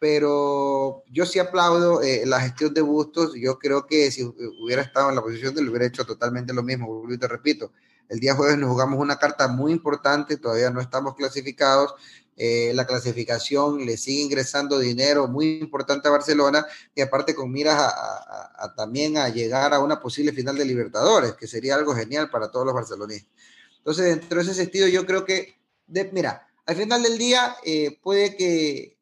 S2: Pero yo sí aplaudo eh, la gestión de Bustos. Yo creo que si hubiera estado en la posición de él, hubiera hecho totalmente lo mismo. Y te repito, El día jueves nos jugamos una carta muy importante, todavía no estamos clasificados. Eh, la clasificación le sigue ingresando dinero muy importante a Barcelona y aparte con miras a, a, a, también a llegar a una posible final de Libertadores, que sería algo genial para todos los barcelonistas. Entonces, dentro de ese sentido, yo creo que, de, mira, al final del día eh, puede que,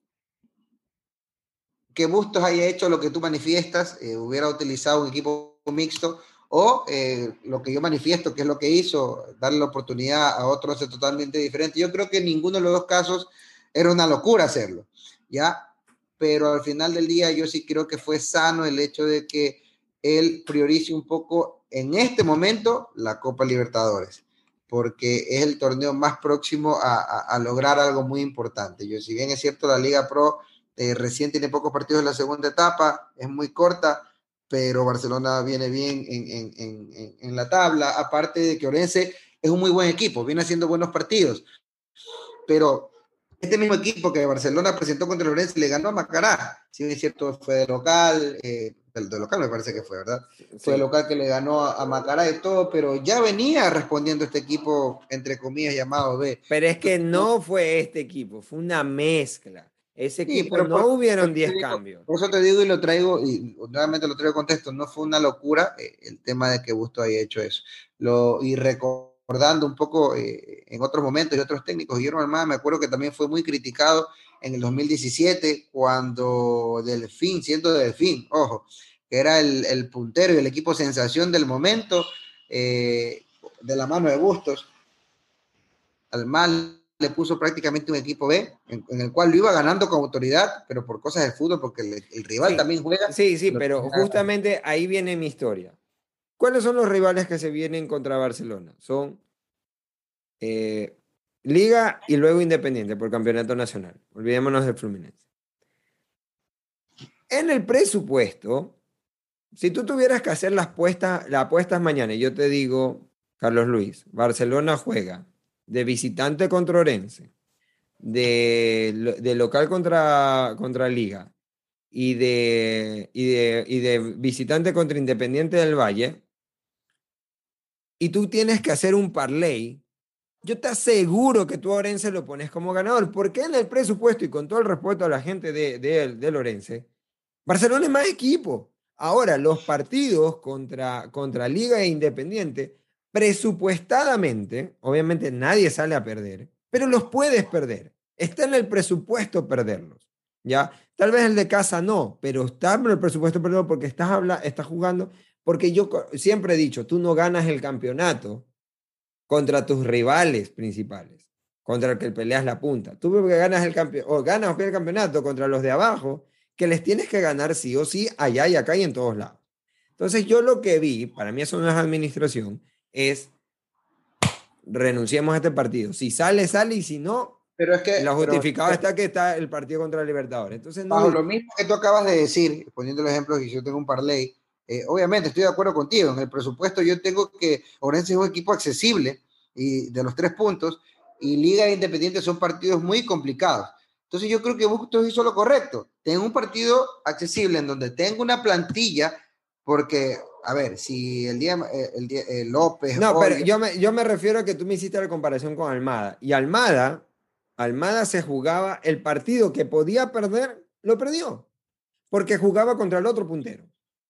S2: que Bustos haya hecho lo que tú manifiestas, eh, hubiera utilizado un equipo mixto, o eh, lo que yo manifiesto, que es lo que hizo, darle la oportunidad a otros totalmente diferente. Yo creo que en ninguno de los dos casos era una locura hacerlo, ¿ya? Pero al final del día yo sí creo que fue sano el hecho de que él priorice un poco en este momento la Copa Libertadores, porque es el torneo más próximo a, a, a lograr algo muy importante. Yo, si bien es cierto, la Liga Pro eh, recién tiene pocos partidos en la segunda etapa, es muy corta, pero Barcelona viene bien en, en, en, en la tabla, aparte de que Orense es un muy buen equipo, viene haciendo buenos partidos, pero este mismo equipo que Barcelona presentó contra Orense le ganó a Macará, si bien es cierto, fue de local, eh, de local me parece que fue, ¿verdad? Sí. Fue de local que le ganó a, a Macará y todo, pero ya venía respondiendo este equipo, entre comillas, llamado B.
S1: Pero es que no fue este equipo, fue una mezcla. Ese
S2: Sí,
S1: equipo
S2: pero
S1: no
S2: por,
S1: hubieron diez
S2: digo,
S1: cambios.
S2: Por eso te digo y lo traigo, y nuevamente lo traigo en contexto, no fue una locura eh, el tema de que Busto haya hecho eso. Lo, y recordando un poco eh, en otros momentos y otros técnicos, Guillermo Almada me acuerdo que también fue muy criticado en el dos mil diecisiete cuando Delfín, siendo Delfín, ojo, que era el, el puntero y el equipo sensación del momento, eh, de la mano de Bustos, al mal le puso prácticamente un equipo B, en, en, el cual lo iba ganando con autoridad, pero por cosas del fútbol, porque el, el rival
S1: Sí,
S2: también juega.
S1: sí, sí, pero justamente ahí viene mi historia. ¿Cuáles son los rivales que se vienen contra Barcelona? Son eh, Liga y luego Independiente por campeonato nacional. Olvidémonos del Fluminense. En el presupuesto, si tú tuvieras que hacer las puestas, las apuestas mañana, y yo te digo, Carlos Luis, Barcelona juega de visitante contra Orense, de, de local contra, contra Liga y de, y, de, y de visitante contra Independiente del Valle, y tú tienes que hacer un parlay, yo te aseguro que tú a Orense lo pones como ganador, porque en el presupuesto y con todo el respeto a la gente de, de, de Orense, Barcelona es más equipo. Ahora, los partidos contra, contra Liga e Independiente, presupuestadamente, obviamente nadie sale a perder, pero los puedes perder. Está en el presupuesto perderlos. ¿Ya? Tal vez el de casa no, pero está en el presupuesto perderlo porque estás, habla, estás jugando. Porque yo siempre he dicho, tú no ganas el campeonato contra tus rivales principales, contra el que peleas la punta. Tú ganas el campeonato, o ganas o el campeonato contra los de abajo, que les tienes que ganar sí o sí, allá y acá y en todos lados. Entonces yo lo que vi, para mí eso no es administración, es renunciemos a este partido. Si sale, sale, y si no,
S2: pero es que,
S1: la justificada
S2: pero,
S1: está que está el partido contra el Libertadores. Entonces no
S2: bajo
S1: vi.
S2: lo mismo que tú acabas de decir, poniendo el ejemplo que yo tengo un parlay, eh, obviamente estoy de acuerdo contigo, en el presupuesto yo tengo que Orense es un equipo accesible y de los tres puntos, y Liga e Independiente son partidos muy complicados. Entonces yo creo que Bustos hizo lo correcto. Tengo un partido accesible en donde tengo una plantilla, porque, a ver, si el día, eh, el día eh, López,
S1: No, pero
S2: Olga,
S1: yo me, yo me refiero a que tú me hiciste la comparación con Almada. Y Almada, Almada se jugaba el partido que podía perder, lo perdió. Porque jugaba contra el otro puntero.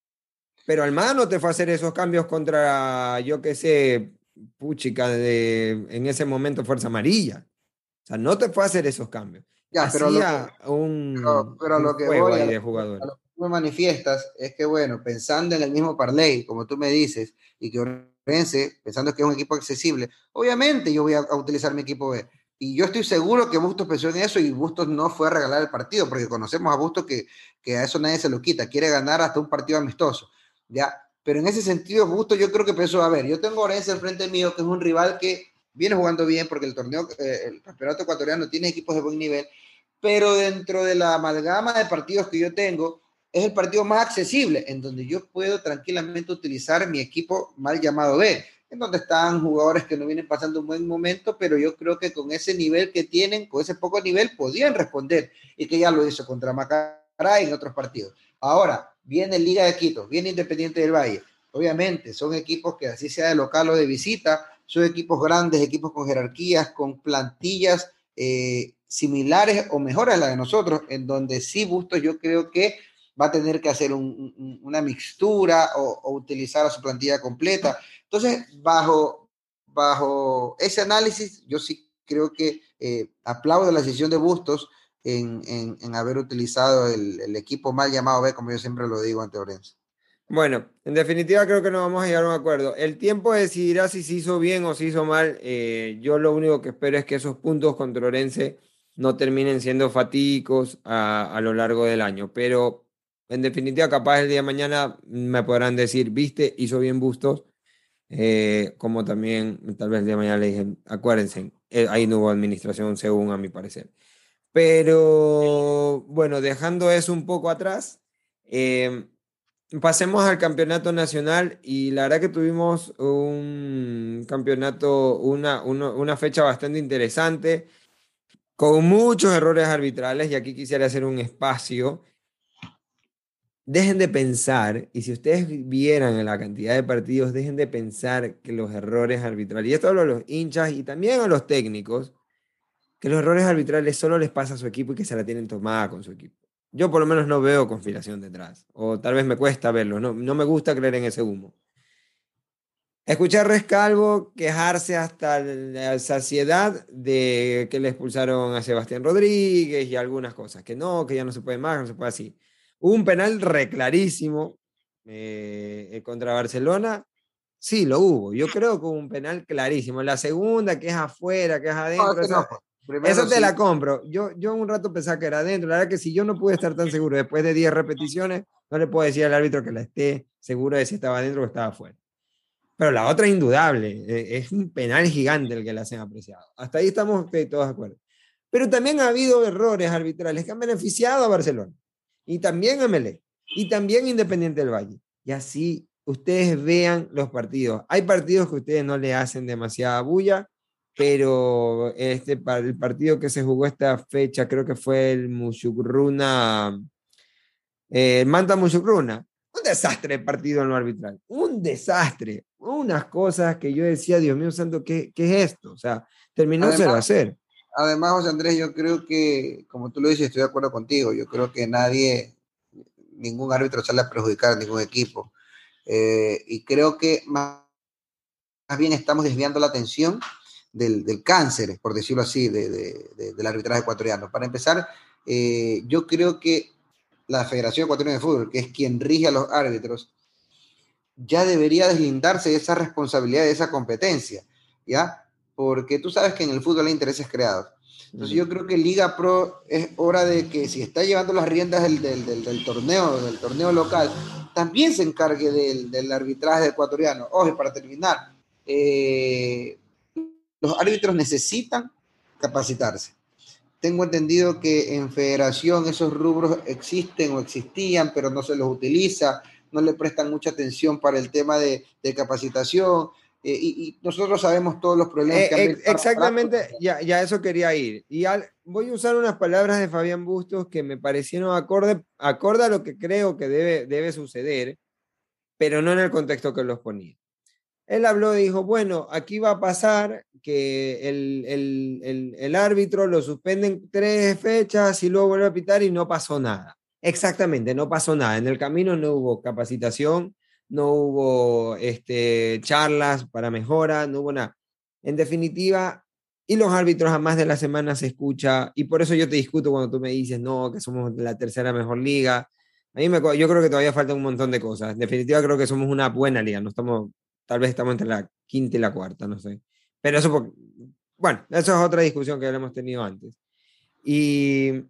S1: Pero Almada no te fue a hacer esos cambios contra, yo qué sé, puchica de en ese momento Fuerza Amarilla. O sea, no te fue a hacer esos cambios.
S2: ya, pero lo que,
S1: Hacía
S2: pero,
S1: un,
S2: pero a
S1: un
S2: lo que
S1: juego
S2: voy, a
S1: ahí
S2: lo,
S1: de
S2: a
S1: jugadores.
S2: lo que tú me manifiestas, es que, bueno, pensando en el mismo parlay, como tú me dices, y que Orense, pensando que es un equipo accesible, obviamente yo voy a, a utilizar mi equipo B. Y yo estoy seguro que Bustos pensó en eso y Bustos no fue a regalar el partido, porque conocemos a Bustos que, que a eso nadie se lo quita, quiere ganar hasta un partido amistoso, ¿ya? Pero en ese sentido, Bustos yo creo que pensó, a ver, yo tengo a Orense al frente mío, que es un rival que viene jugando bien, porque el torneo, eh, el campeonato ecuatoriano tiene equipos de buen nivel, pero dentro de la amalgama de partidos que yo tengo, es el partido más accesible, en donde yo puedo tranquilamente utilizar mi equipo mal llamado B, en donde están jugadores que no vienen pasando un buen momento, pero yo creo que con ese nivel que tienen, con ese poco nivel, podían responder, y que ya lo hizo contra Macará y en otros partidos. Ahora, viene Liga de Quito, viene Independiente del Valle, obviamente son equipos que así sea de local o de visita, son equipos grandes, equipos con jerarquías, con plantillas eh, similares o mejores a las de nosotros, en donde sí Bustos yo creo que va a tener que hacer un, un, una mixtura o, o utilizar a su plantilla completa. Entonces, bajo, bajo ese análisis, yo sí creo que eh, aplaudo la decisión de Bustos en, en, en haber utilizado el, el, equipo mal llamado B, como yo siempre lo digo ante Orense.
S1: Bueno, en definitiva creo que no vamos a llegar a un acuerdo. El tiempo decidirá si se hizo bien o se hizo mal. Eh, yo lo único que espero es que esos puntos contra Orense no terminen siendo fatídicos a, a lo largo del año. Pero en definitiva, capaz el día de mañana me podrán decir, viste, hizo bien Bustos. Eh, como también tal vez el día de mañana le dije, acuérdense, eh, ahí no hubo administración según a mi parecer. Pero bueno, dejando eso un poco atrás, eh, pasemos al campeonato nacional y la verdad que tuvimos un campeonato, una, una, una fecha bastante interesante, con muchos errores arbitrales y aquí quisiera hacer un espacio. Dejen de pensar, y si ustedes vieran la cantidad de partidos, dejen de pensar que los errores arbitrales, y esto hablo a los hinchas y también a los técnicos, que los errores arbitrales solo les pasa a su equipo y que se la tienen tomada con su equipo. Yo por lo menos no veo conspiración detrás, o tal vez me cuesta verlo, no, no me gusta creer en ese humo. Escuché a Rescalvo quejarse hasta la saciedad de que le expulsaron a Sebastián Rodríguez y algunas cosas, que no, que ya no se puede más, no se puede así. Hubo un penal reclarísimo eh, contra Barcelona. Sí, lo hubo. Yo creo que hubo un penal clarísimo. La segunda, que es afuera, que es adentro,
S2: No, ese
S1: esa,
S2: no fue. Primero
S1: esa te
S2: sí.
S1: la compro. Yo, yo un rato pensaba que era adentro. La verdad que si yo no pude estar tan seguro después de diez repeticiones, no le puedo decir al árbitro que la esté seguro de si estaba adentro o estaba afuera. Pero la otra es indudable. Eh, Es un penal gigante el que le hacen apreciado. Hasta ahí estamos okay, todos de acuerdo. Pero también ha habido errores arbitrales que han beneficiado a Barcelona. Y también a Melé. Y también Independiente del Valle. Y así ustedes vean los partidos. Hay partidos que ustedes no le hacen demasiada bulla, pero este, el partido que se jugó esta fecha, creo que fue el Mushugruna, eh, Manta Mushugruna. Un desastre el partido en lo arbitral. Un desastre. Unas cosas que yo decía, Dios mío santo, ¿qué, qué es esto? O sea, terminó cero a
S2: Además,
S1: cero.
S2: además, José Andrés, yo creo que, como tú lo dices, estoy de acuerdo contigo. Yo creo que nadie, ningún árbitro sale a perjudicar a ningún equipo. Eh, y creo que más, más, bien estamos desviando la atención del, del cáncer, por decirlo así, de, de, de, del arbitraje ecuatoriano. Para empezar, eh, yo creo que la Federación Ecuatoriana de Fútbol, que es quien rige a los árbitros, ya debería deslindarse de esa responsabilidad, de esa competencia, ¿ya? Porque tú sabes que en el fútbol hay intereses creados. Entonces yo creo que Liga Pro es hora de que si está llevando las riendas del, del, del, del torneo, del torneo local, también se encargue del, del arbitraje ecuatoriano. Oye, para terminar, eh, los árbitros necesitan capacitarse. Tengo entendido que en federación esos rubros existen o existían, pero no se los utiliza, no le prestan mucha atención para el tema de, de capacitación, eh, y, y, nosotros sabemos todos los problemas
S1: Eh,
S2: que han
S1: ex
S2: venido arrastrando.
S1: exactamente, ya, ya eso quería ir. Y al, voy a usar unas palabras de Fabián Bustos que me parecieron acorde, acorde a lo que creo que debe, debe suceder, pero no en el contexto que los ponía. Él habló y dijo, bueno, aquí va a pasar que el, el, el, el árbitro lo suspenden tres fechas y luego vuelve a pitar y no pasó nada. Exactamente, no pasó nada. En el camino no hubo capacitación, no hubo este, charlas para mejora, no hubo nada. En definitiva, y los árbitros a más de la semana se escucha, y por eso yo te discuto cuando tú me dices, no, que somos la tercera mejor liga. A mí me, yo creo que todavía falta un montón de cosas. En definitiva, creo que somos una buena liga, no estamos tal vez estamos entre la quinta y la cuarta, no sé. Pero eso, porque, bueno, eso es otra discusión que ya hemos tenido antes. Y,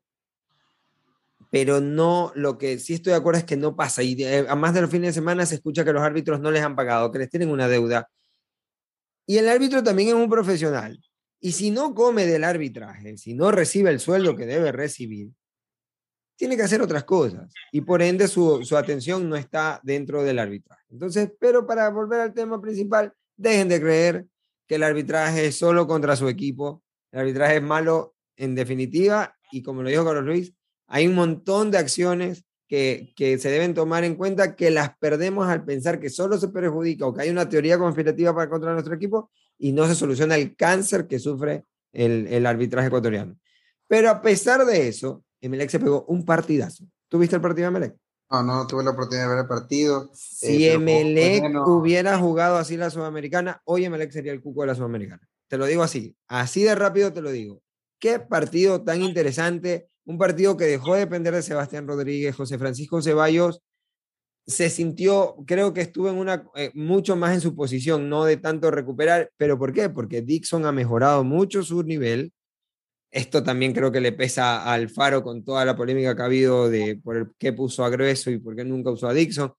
S1: pero no, lo que sí estoy de acuerdo es que no pasa. Y de, a más de los fines de semana se escucha que los árbitros no les han pagado, que les tienen una deuda. Y el árbitro también es un profesional. Y si no come del arbitraje, si no recibe el sueldo que debe recibir, tiene que hacer otras cosas. Y por ende su, su atención no está dentro del arbitraje. Entonces, pero para volver al tema principal, dejen de creer que el arbitraje es solo contra su equipo. El arbitraje es malo en definitiva y como lo dijo Carlos Luis, hay un montón de acciones que, que se deben tomar en cuenta que las perdemos al pensar que solo se perjudica o que hay una teoría conspirativa para contra nuestro equipo, y no se soluciona el cáncer que sufre el, el arbitraje ecuatoriano. Pero a pesar de eso, Emelec se pegó un partidazo. ¿Tuviste el partido de Emelec?
S2: No, no tuve la oportunidad de ver el partido, eh,
S1: Si
S2: pero como
S1: Emelec
S2: bueno,
S1: hubiera jugado así la Sudamericana, hoy Emelec sería el cuco de la Sudamericana. Te lo digo así, así de rápido te lo digo. Qué partido tan interesante, un partido que dejó de depender de Sebastián Rodríguez, José Francisco Ceballos se sintió, creo que estuvo en una, eh, mucho más en su posición, no de tanto recuperar, pero ¿por qué? Porque Dixon ha mejorado mucho su nivel. Esto también creo que le pesa a Alfaro con toda la polémica que ha habido de por el qué puso a Grueso y por qué nunca usó a Dixon,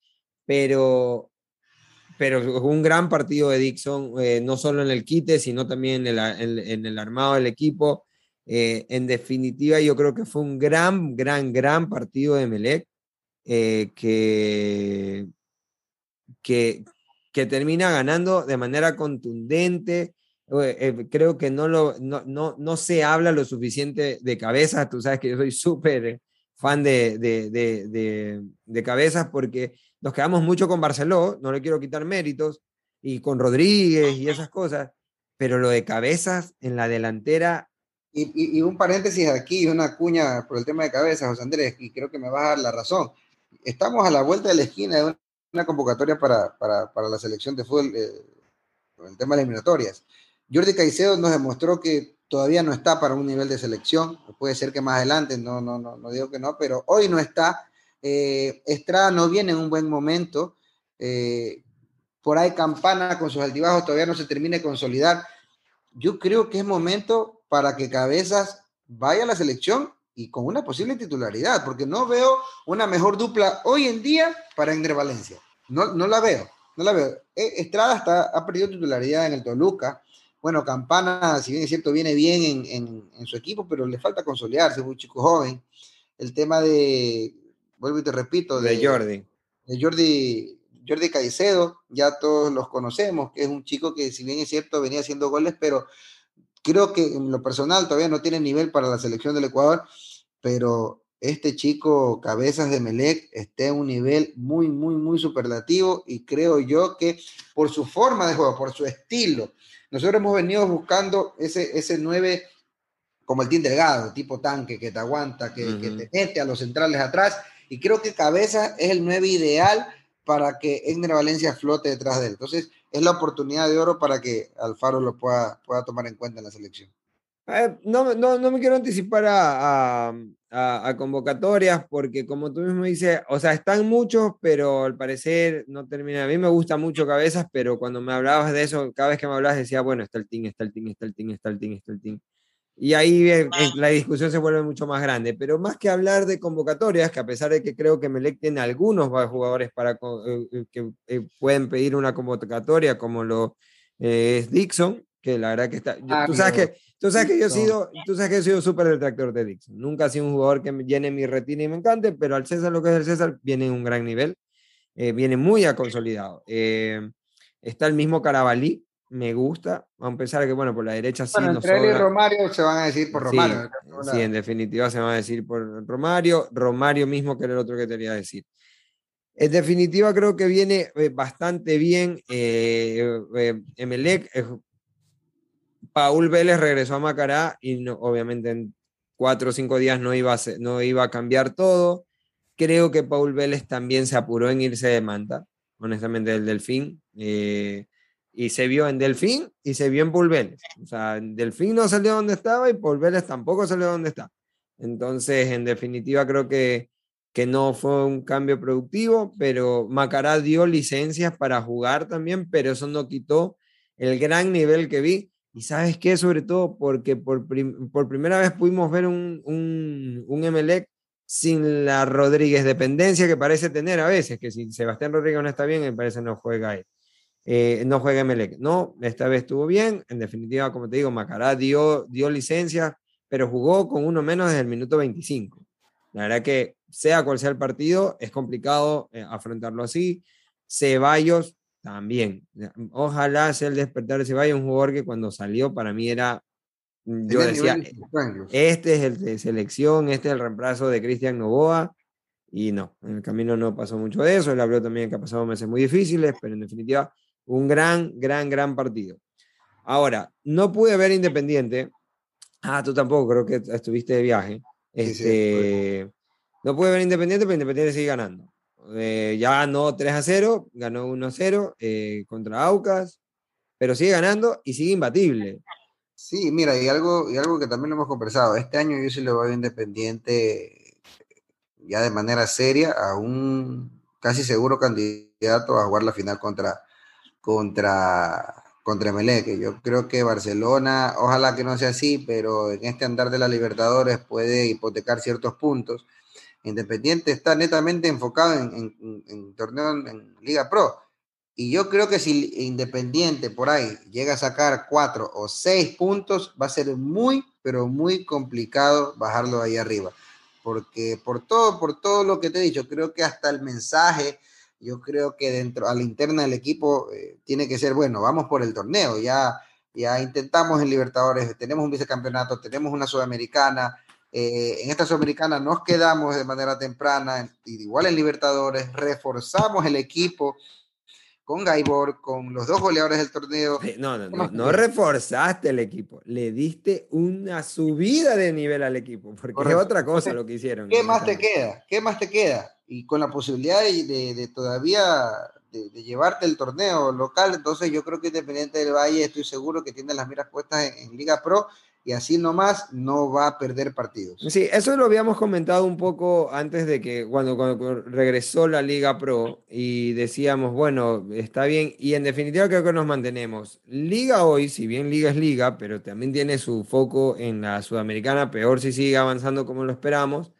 S1: pero, pero un gran partido de Dixon, eh, no solo en el quite, sino también en el, en, en el armado del equipo. Eh, en definitiva, yo creo que fue un gran, gran, gran partido de Melec, eh, que, que, que termina ganando de manera contundente. Eh, eh, creo que no, lo, no, no, no se habla lo suficiente de Cabezas. Tú sabes que yo soy súper fan de, de, de, de, de Cabezas porque nos quedamos mucho con Barceló, no le quiero quitar méritos, y con Rodríguez y esas cosas, pero lo de Cabezas en la delantera.
S2: y, y, y un paréntesis aquí, una cuña por el tema de cabeza, José Andrés, y creo que me vas a dar la razón. Estamos a la vuelta de la esquina de una, una convocatoria para, para, para, la selección de fútbol, eh, con el tema de eliminatorias. Jordi Caicedo nos demostró que todavía no está para un nivel de selección, puede ser que más adelante, no, no, no, no digo que no, pero hoy no está. Eh, Estrada no viene en un buen momento, eh, por ahí Campana con sus altibajos todavía no se termina de consolidar. Yo creo que es momento para que Cabezas vaya a la selección y con una posible titularidad, porque no veo una mejor dupla hoy en día para Ender Valencia. No, no la veo, no la veo. Estrada está, ha perdido titularidad en el Toluca. Bueno, Campana, si bien es cierto, viene bien en, en, en su equipo, pero le falta consolidarse, es un chico joven. El tema de, vuelvo y te repito,
S1: De
S2: de,
S1: Jordi.
S2: de Jordi, Jordi Caicedo, ya todos los conocemos, que es un chico que si bien es cierto venía haciendo goles, pero creo que en lo personal todavía no tiene nivel para la selección del Ecuador, pero este chico Cabezas de Melec está en un nivel muy, muy, muy superlativo y creo yo que por su forma de juego, por su estilo, nosotros hemos venido buscando ese, ese nueve como el Team Delgado, tipo tanque, que te aguanta, que, uh-huh. que te mete a los centrales atrás, y creo que Cabeza es el nueve ideal para que Ender Valencia flote detrás de él. Entonces, es la oportunidad de oro para que Alfaro lo pueda, pueda tomar en cuenta en la selección.
S1: Eh, no, no, no me quiero anticipar a, a, a, convocatorias porque como tú mismo dices, o sea, están muchos, pero al parecer no termina. A mí me gusta mucho Cabezas, pero cuando me hablabas de eso, cada vez que me hablabas decía, bueno, está el team, está el team, está el team, está el team, está el team. Y ahí eh, la discusión se vuelve mucho más grande. Pero más que hablar de convocatorias, que a pesar de que creo que Melec tiene algunos jugadores para, eh, que eh, pueden pedir una convocatoria, como lo eh, es Dixon, que la verdad que está... Yo, tú sabes que, tú sabes que yo he sido, tú sabes que he sido súper detractor de Dixon. Nunca ha sido un jugador que me llene mi retina y me encante, pero al César lo que es el César viene en un gran nivel, eh, viene muy a consolidado. Eh, está el mismo Carabalí, me gusta, a pesar de que, bueno, por la derecha sí
S2: bueno,
S1: nos
S2: entre
S1: sobra.
S2: él y Romario se van a decir por Romario.
S1: Sí, sí, en definitiva se van a decir por Romario, Romario mismo que era el otro que quería decir. En definitiva creo que viene eh, bastante bien eh, eh, Emelec. Eh, Paul Vélez regresó a Macará y no, obviamente en cuatro o cinco días no iba, a ser, no iba a cambiar todo. Creo que Paul Vélez también se apuró en irse de Manta, honestamente, del Delfín. Eh, y se vio en Delfín y se vio en Paul Vélez. O sea, Delfín no salió donde estaba y Paul Vélez tampoco salió donde está. Entonces, en definitiva, creo que, que no fue un cambio productivo, pero Macará dio licencias para jugar también, pero eso no quitó el gran nivel que vi. Y sabes qué, sobre todo porque por, prim por primera vez pudimos ver un, un, un Emelec sin la Rodríguez dependencia que parece tener a veces, que si Sebastián Rodríguez no está bien, me parece no juega él. Eh, no juega Emelec. No, esta vez estuvo bien. En definitiva, como te digo, Macará dio, dio licencia, pero jugó con uno menos desde el minuto veinticinco. La verdad que sea cual sea el partido, es complicado eh, afrontarlo así. Ceballos también. Ojalá sea el despertar de Ceballos, un jugador que cuando salió para mí era, yo decía, este es el de selección, este es el reemplazo de Cristian Novoa, y no, en el camino no pasó mucho de eso. Él habló también que ha pasado meses muy difíciles, pero en definitiva, un gran, gran, gran partido. Ahora, no pude ver Independiente. Ah, tú tampoco, creo que estuviste de viaje.
S2: Sí, sí, estuve.
S1: Este, no pude ver Independiente, pero Independiente sigue ganando. Eh, ya ganó tres a cero, ganó uno a cero eh, contra Aucas, pero sigue ganando y sigue imbatible.
S2: Sí, mira, y algo, y algo que también lo hemos conversado, este año yo sí le voy a Independiente ya de manera seria a un casi seguro candidato a jugar la final contra, contra, contra Emelec, que yo creo que Barcelona, ojalá que no sea así, pero en este andar de la Libertadores puede hipotecar ciertos puntos. Independiente está netamente enfocado en, en, en torneo en, en Liga Pro. Y yo creo que si Independiente por ahí llega a sacar cuatro o seis puntos, va a ser muy, pero muy complicado bajarlo ahí arriba. Porque por todo, por todo lo que te he dicho, creo que hasta el mensaje, yo creo que dentro, a la interna del equipo, eh, tiene que ser, bueno, vamos por el torneo, ya, ya intentamos en Libertadores, tenemos un vicecampeonato, tenemos una Sudamericana, eh, en esta Sudamericana nos quedamos de manera temprana, igual en Libertadores, reforzamos el equipo con Gaibor, con los dos goleadores del torneo.
S1: No, no,
S2: ¿Qué
S1: no,
S2: más te
S1: no
S2: queda?
S1: reforzaste el equipo, le diste una subida de nivel al equipo, porque es
S2: Correcto.
S1: otra cosa
S2: Entonces,
S1: lo que hicieron
S2: ¿qué
S1: en
S2: más
S1: esta
S2: te
S1: vez.
S2: queda? ¿Qué más te queda? Y con la posibilidad de, de, de todavía de, de, llevarte el torneo local, entonces yo creo que Independiente del Valle, estoy seguro que tiene las miras puestas en, en Liga Pro y así nomás no va a perder partidos.
S1: Sí, eso lo habíamos comentado un poco antes de que cuando, cuando regresó la Liga Pro y decíamos, bueno, está bien, y en definitiva creo que nos mantenemos. Liga hoy, si bien Liga es Liga, pero también tiene su foco en la Sudamericana, peor si sigue avanzando como lo esperamos.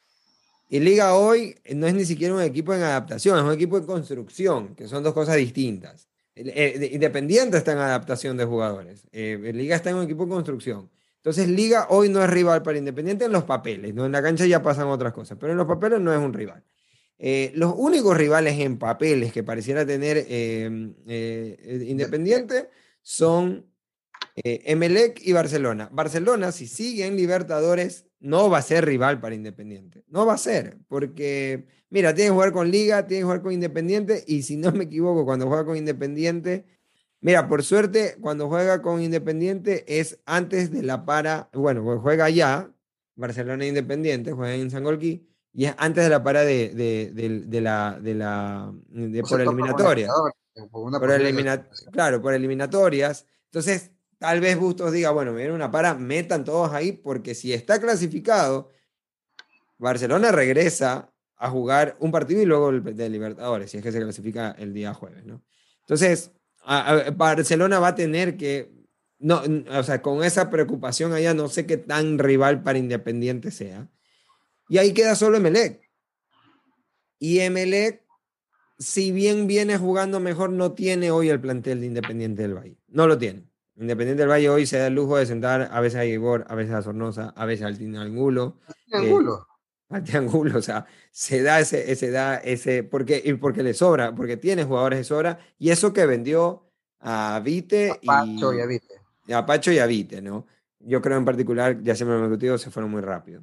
S1: Y Liga hoy no es ni siquiera un equipo en adaptación, es un equipo en construcción, que son dos cosas distintas. El- el- Independiente está en adaptación de jugadores. Eh, Liga está en un equipo en construcción. Entonces, Liga hoy no es rival para Independiente en los papeles, ¿no? En la cancha ya pasan otras cosas, pero en los papeles no es un rival. Eh, los únicos rivales en papeles que pareciera tener eh, eh, Independiente son eh, Emelec y Barcelona. Barcelona, si sigue en Libertadores, no va a ser rival para Independiente. No va a ser, porque, mira, tiene que jugar con Liga, tiene que jugar con Independiente, y si no me equivoco, cuando juega con Independiente, mira, por suerte, cuando juega con Independiente es antes de la para, bueno, pues juega ya, Barcelona e Independiente, juega en Sangolquí, y es antes de la para de, de, de, de la, de la, de
S2: No se
S1: por
S2: topa con
S1: eliminatoria.
S2: Libertadores, por una
S1: Por
S2: posible
S1: elimina-
S2: clasificación.
S1: claro, por eliminatorias. Entonces, tal vez Bustos diga, bueno, me viene una para, metan todos ahí, porque si está clasificado, Barcelona regresa a jugar un partido y luego el de Libertadores, si es que se clasifica el día jueves, ¿no? Entonces, a- a- Barcelona va a tener que, no, o sea, con esa preocupación allá, no sé qué tan rival para Independiente sea. Y ahí queda solo Emelec. Y Emelec, si bien viene jugando mejor, no tiene hoy el plantel de Independiente del Valle. No lo tiene. Independiente del Valle hoy se da el lujo de sentar a veces a Igor, a veces a Sornosa, a veces al Tino Angulo, eh,
S2: Angulo.
S1: al Angulo, o sea, se da ese, ese, da ese, porque, y porque le sobra, porque tiene jugadores de sobra, y eso que vendió a Vite
S2: Pacho, ya
S1: y
S2: viste.
S1: a Pacho y a Vite, ¿no? Yo creo en particular, ya siempre me he discutido, se fueron muy rápido.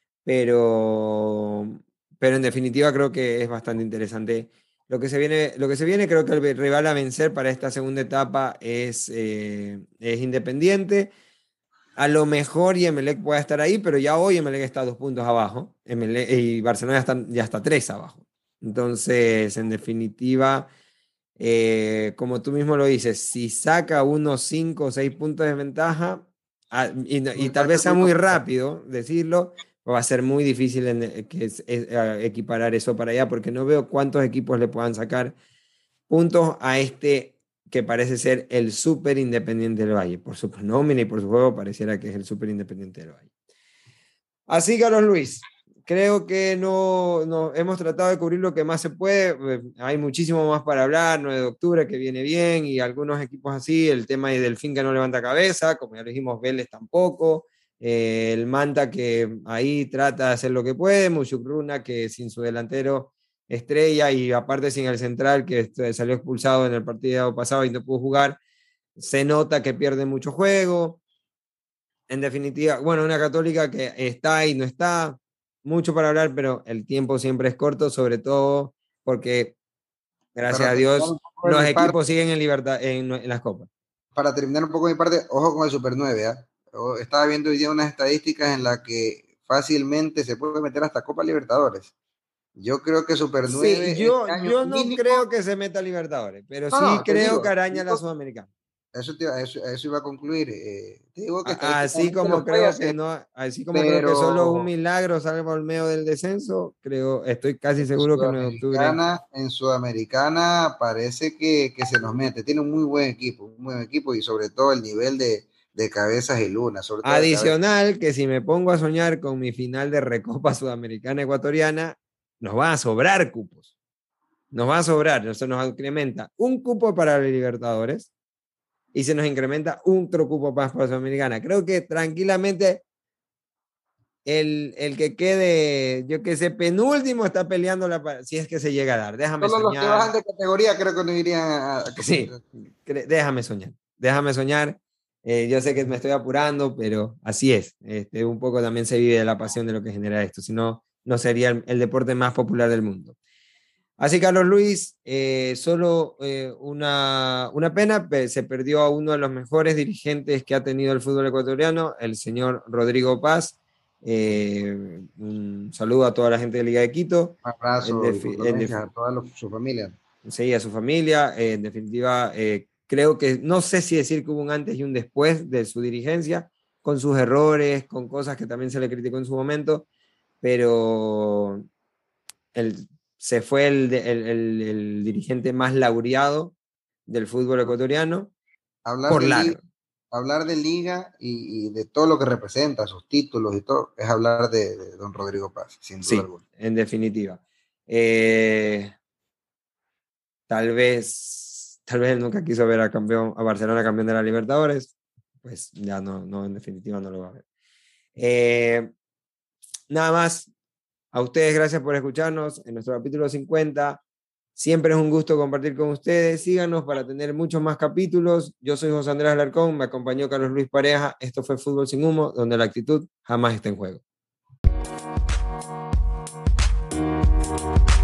S1: Pero, pero en definitiva creo que es bastante interesante. Lo que se viene, lo que se viene, creo que el rival a vencer para esta segunda etapa es, eh, es Independiente. A lo mejor y Emelec pueda estar ahí, pero ya hoy Emelec está dos puntos abajo. Emelec- y Barcelona ya está, ya está tres abajo. Entonces, en definitiva, eh, como tú mismo lo dices, si saca unos cinco o seis puntos de ventaja, ah, y, no- y
S2: Va
S1: tal
S2: a
S1: vez
S2: ser
S1: sea
S2: muy
S1: muy
S2: complicado.
S1: rápido decirlo, va a ser muy difícil en- eh, que es- es, eh, equiparar eso para allá, porque no veo cuántos equipos le puedan sacar puntos a este que parece ser el súper independiente del Valle. Por su nómina y por su juego pareciera que es el súper independiente del Valle. Así, Carlos Luis, creo que no, no hemos tratado de cubrir lo que más se puede. Eh, Hay muchísimo más para hablar, nueve de octubre que viene bien y algunos equipos así, el tema de Delfín que no levanta cabeza, como ya lo dijimos, Vélez tampoco, eh, el Manta que ahí trata de hacer lo que puede, Mushukruna que sin su delantero estrella y aparte sin el central que este, salió expulsado en el partido pasado y no pudo jugar, se nota que pierde mucho juego. En definitiva, bueno, una católica que está y no está, mucho para hablar, pero el tiempo siempre es corto, sobre todo porque, gracias
S2: Para
S1: a
S2: terminar un
S1: Dios,
S2: poco de
S1: los
S2: mi parte,
S1: equipos siguen en libertad en, en las copas.
S2: para terminar un poco mi parte, ojo con el Super nueve, ¿ah? O- Estaba viendo hoy día unas estadísticas en las que fácilmente se puede meter hasta Copa Libertadores. Yo creo que Super
S1: Sí,
S2: nueve este
S1: yo,
S2: año
S1: yo no creo
S2: mínimo,
S1: que se meta a Libertadores, pero
S2: no,
S1: sí
S2: no, te
S1: creo que
S2: digo,
S1: araña la
S2: digo,
S1: Sudamericana.
S2: eso, te- a eso, a eso iba a concluir. Eh, te digo que
S1: A- Así
S2: estadísticamente
S1: como
S2: lo puede
S1: creo que
S2: hacer,
S1: no, así como creo que solo un
S2: pero
S1: milagro salva al medio del descenso, creo, estoy casi
S2: en
S1: seguro que nueve de octubre.
S2: Sudamericana, en Sudamericana parece que, que se nos mete. Tiene un muy buen equipo, un buen equipo y sobre todo el nivel de, de cabezas y lunas, sobre todo de cabezas.
S1: Adicional, que si me pongo a soñar con mi final de Recopa Sudamericana Ecuatoriana, nos van a sobrar cupos. Nos va a sobrar, eso nos incrementa un cupo para la Libertadores y se nos incrementa otro cupo más para Sudamericana. Creo que tranquilamente el, el que quede, yo que sé, penúltimo está peleando la, si es que se llega a dar. Déjame
S2: Solo los que bajan
S1: soñar.
S2: de categoría creo que no irían a, a
S1: Sí,
S2: competir.
S1: déjame soñar. Déjame soñar. Eh, yo sé que me estoy apurando, pero así es. Este, un poco también se vive de la pasión de lo que genera esto. Si no, no sería el, el deporte más popular del mundo. Así, Carlos Luis, eh, solo eh, una, una pena, se perdió a uno de los mejores dirigentes que ha tenido el fútbol ecuatoriano, el señor Rodrigo Paz. Eh, un saludo a toda la gente de Liga de Quito,
S2: Un
S1: en,
S2: abrazo y
S1: defi- en
S2: condolencias
S1: defi-
S2: a toda los- su familia.
S1: sí, a su familia. Eh, en definitiva, eh, creo que no sé si decir que hubo un antes y un después de su dirigencia, con sus errores, con cosas que también se le criticó en su momento, pero el, se fue el, el, el, el dirigente más laureado del fútbol ecuatoriano
S2: Hablar
S1: por
S2: de liga,
S1: largo.
S2: hablar de liga y, y de todo lo que representa, sus títulos y todo, es hablar de, de don Rodrigo Paz, sin duda
S1: Sí,
S2: alguna.
S1: en definitiva. Eh, tal vez, tal vez él nunca quiso ver a, campeón, a Barcelona campeón de la Libertadores, pues ya no, no, en definitiva no lo va a ver. Eh, nada más, a ustedes gracias por escucharnos en nuestro capítulo cincuenta. Siempre es un gusto compartir con ustedes. Síganos para tener muchos más capítulos. Yo soy José Andrés Alarcón, me acompañó Carlos Luis Pareja. Esto fue Fútbol sin Humo, donde la actitud jamás está en juego.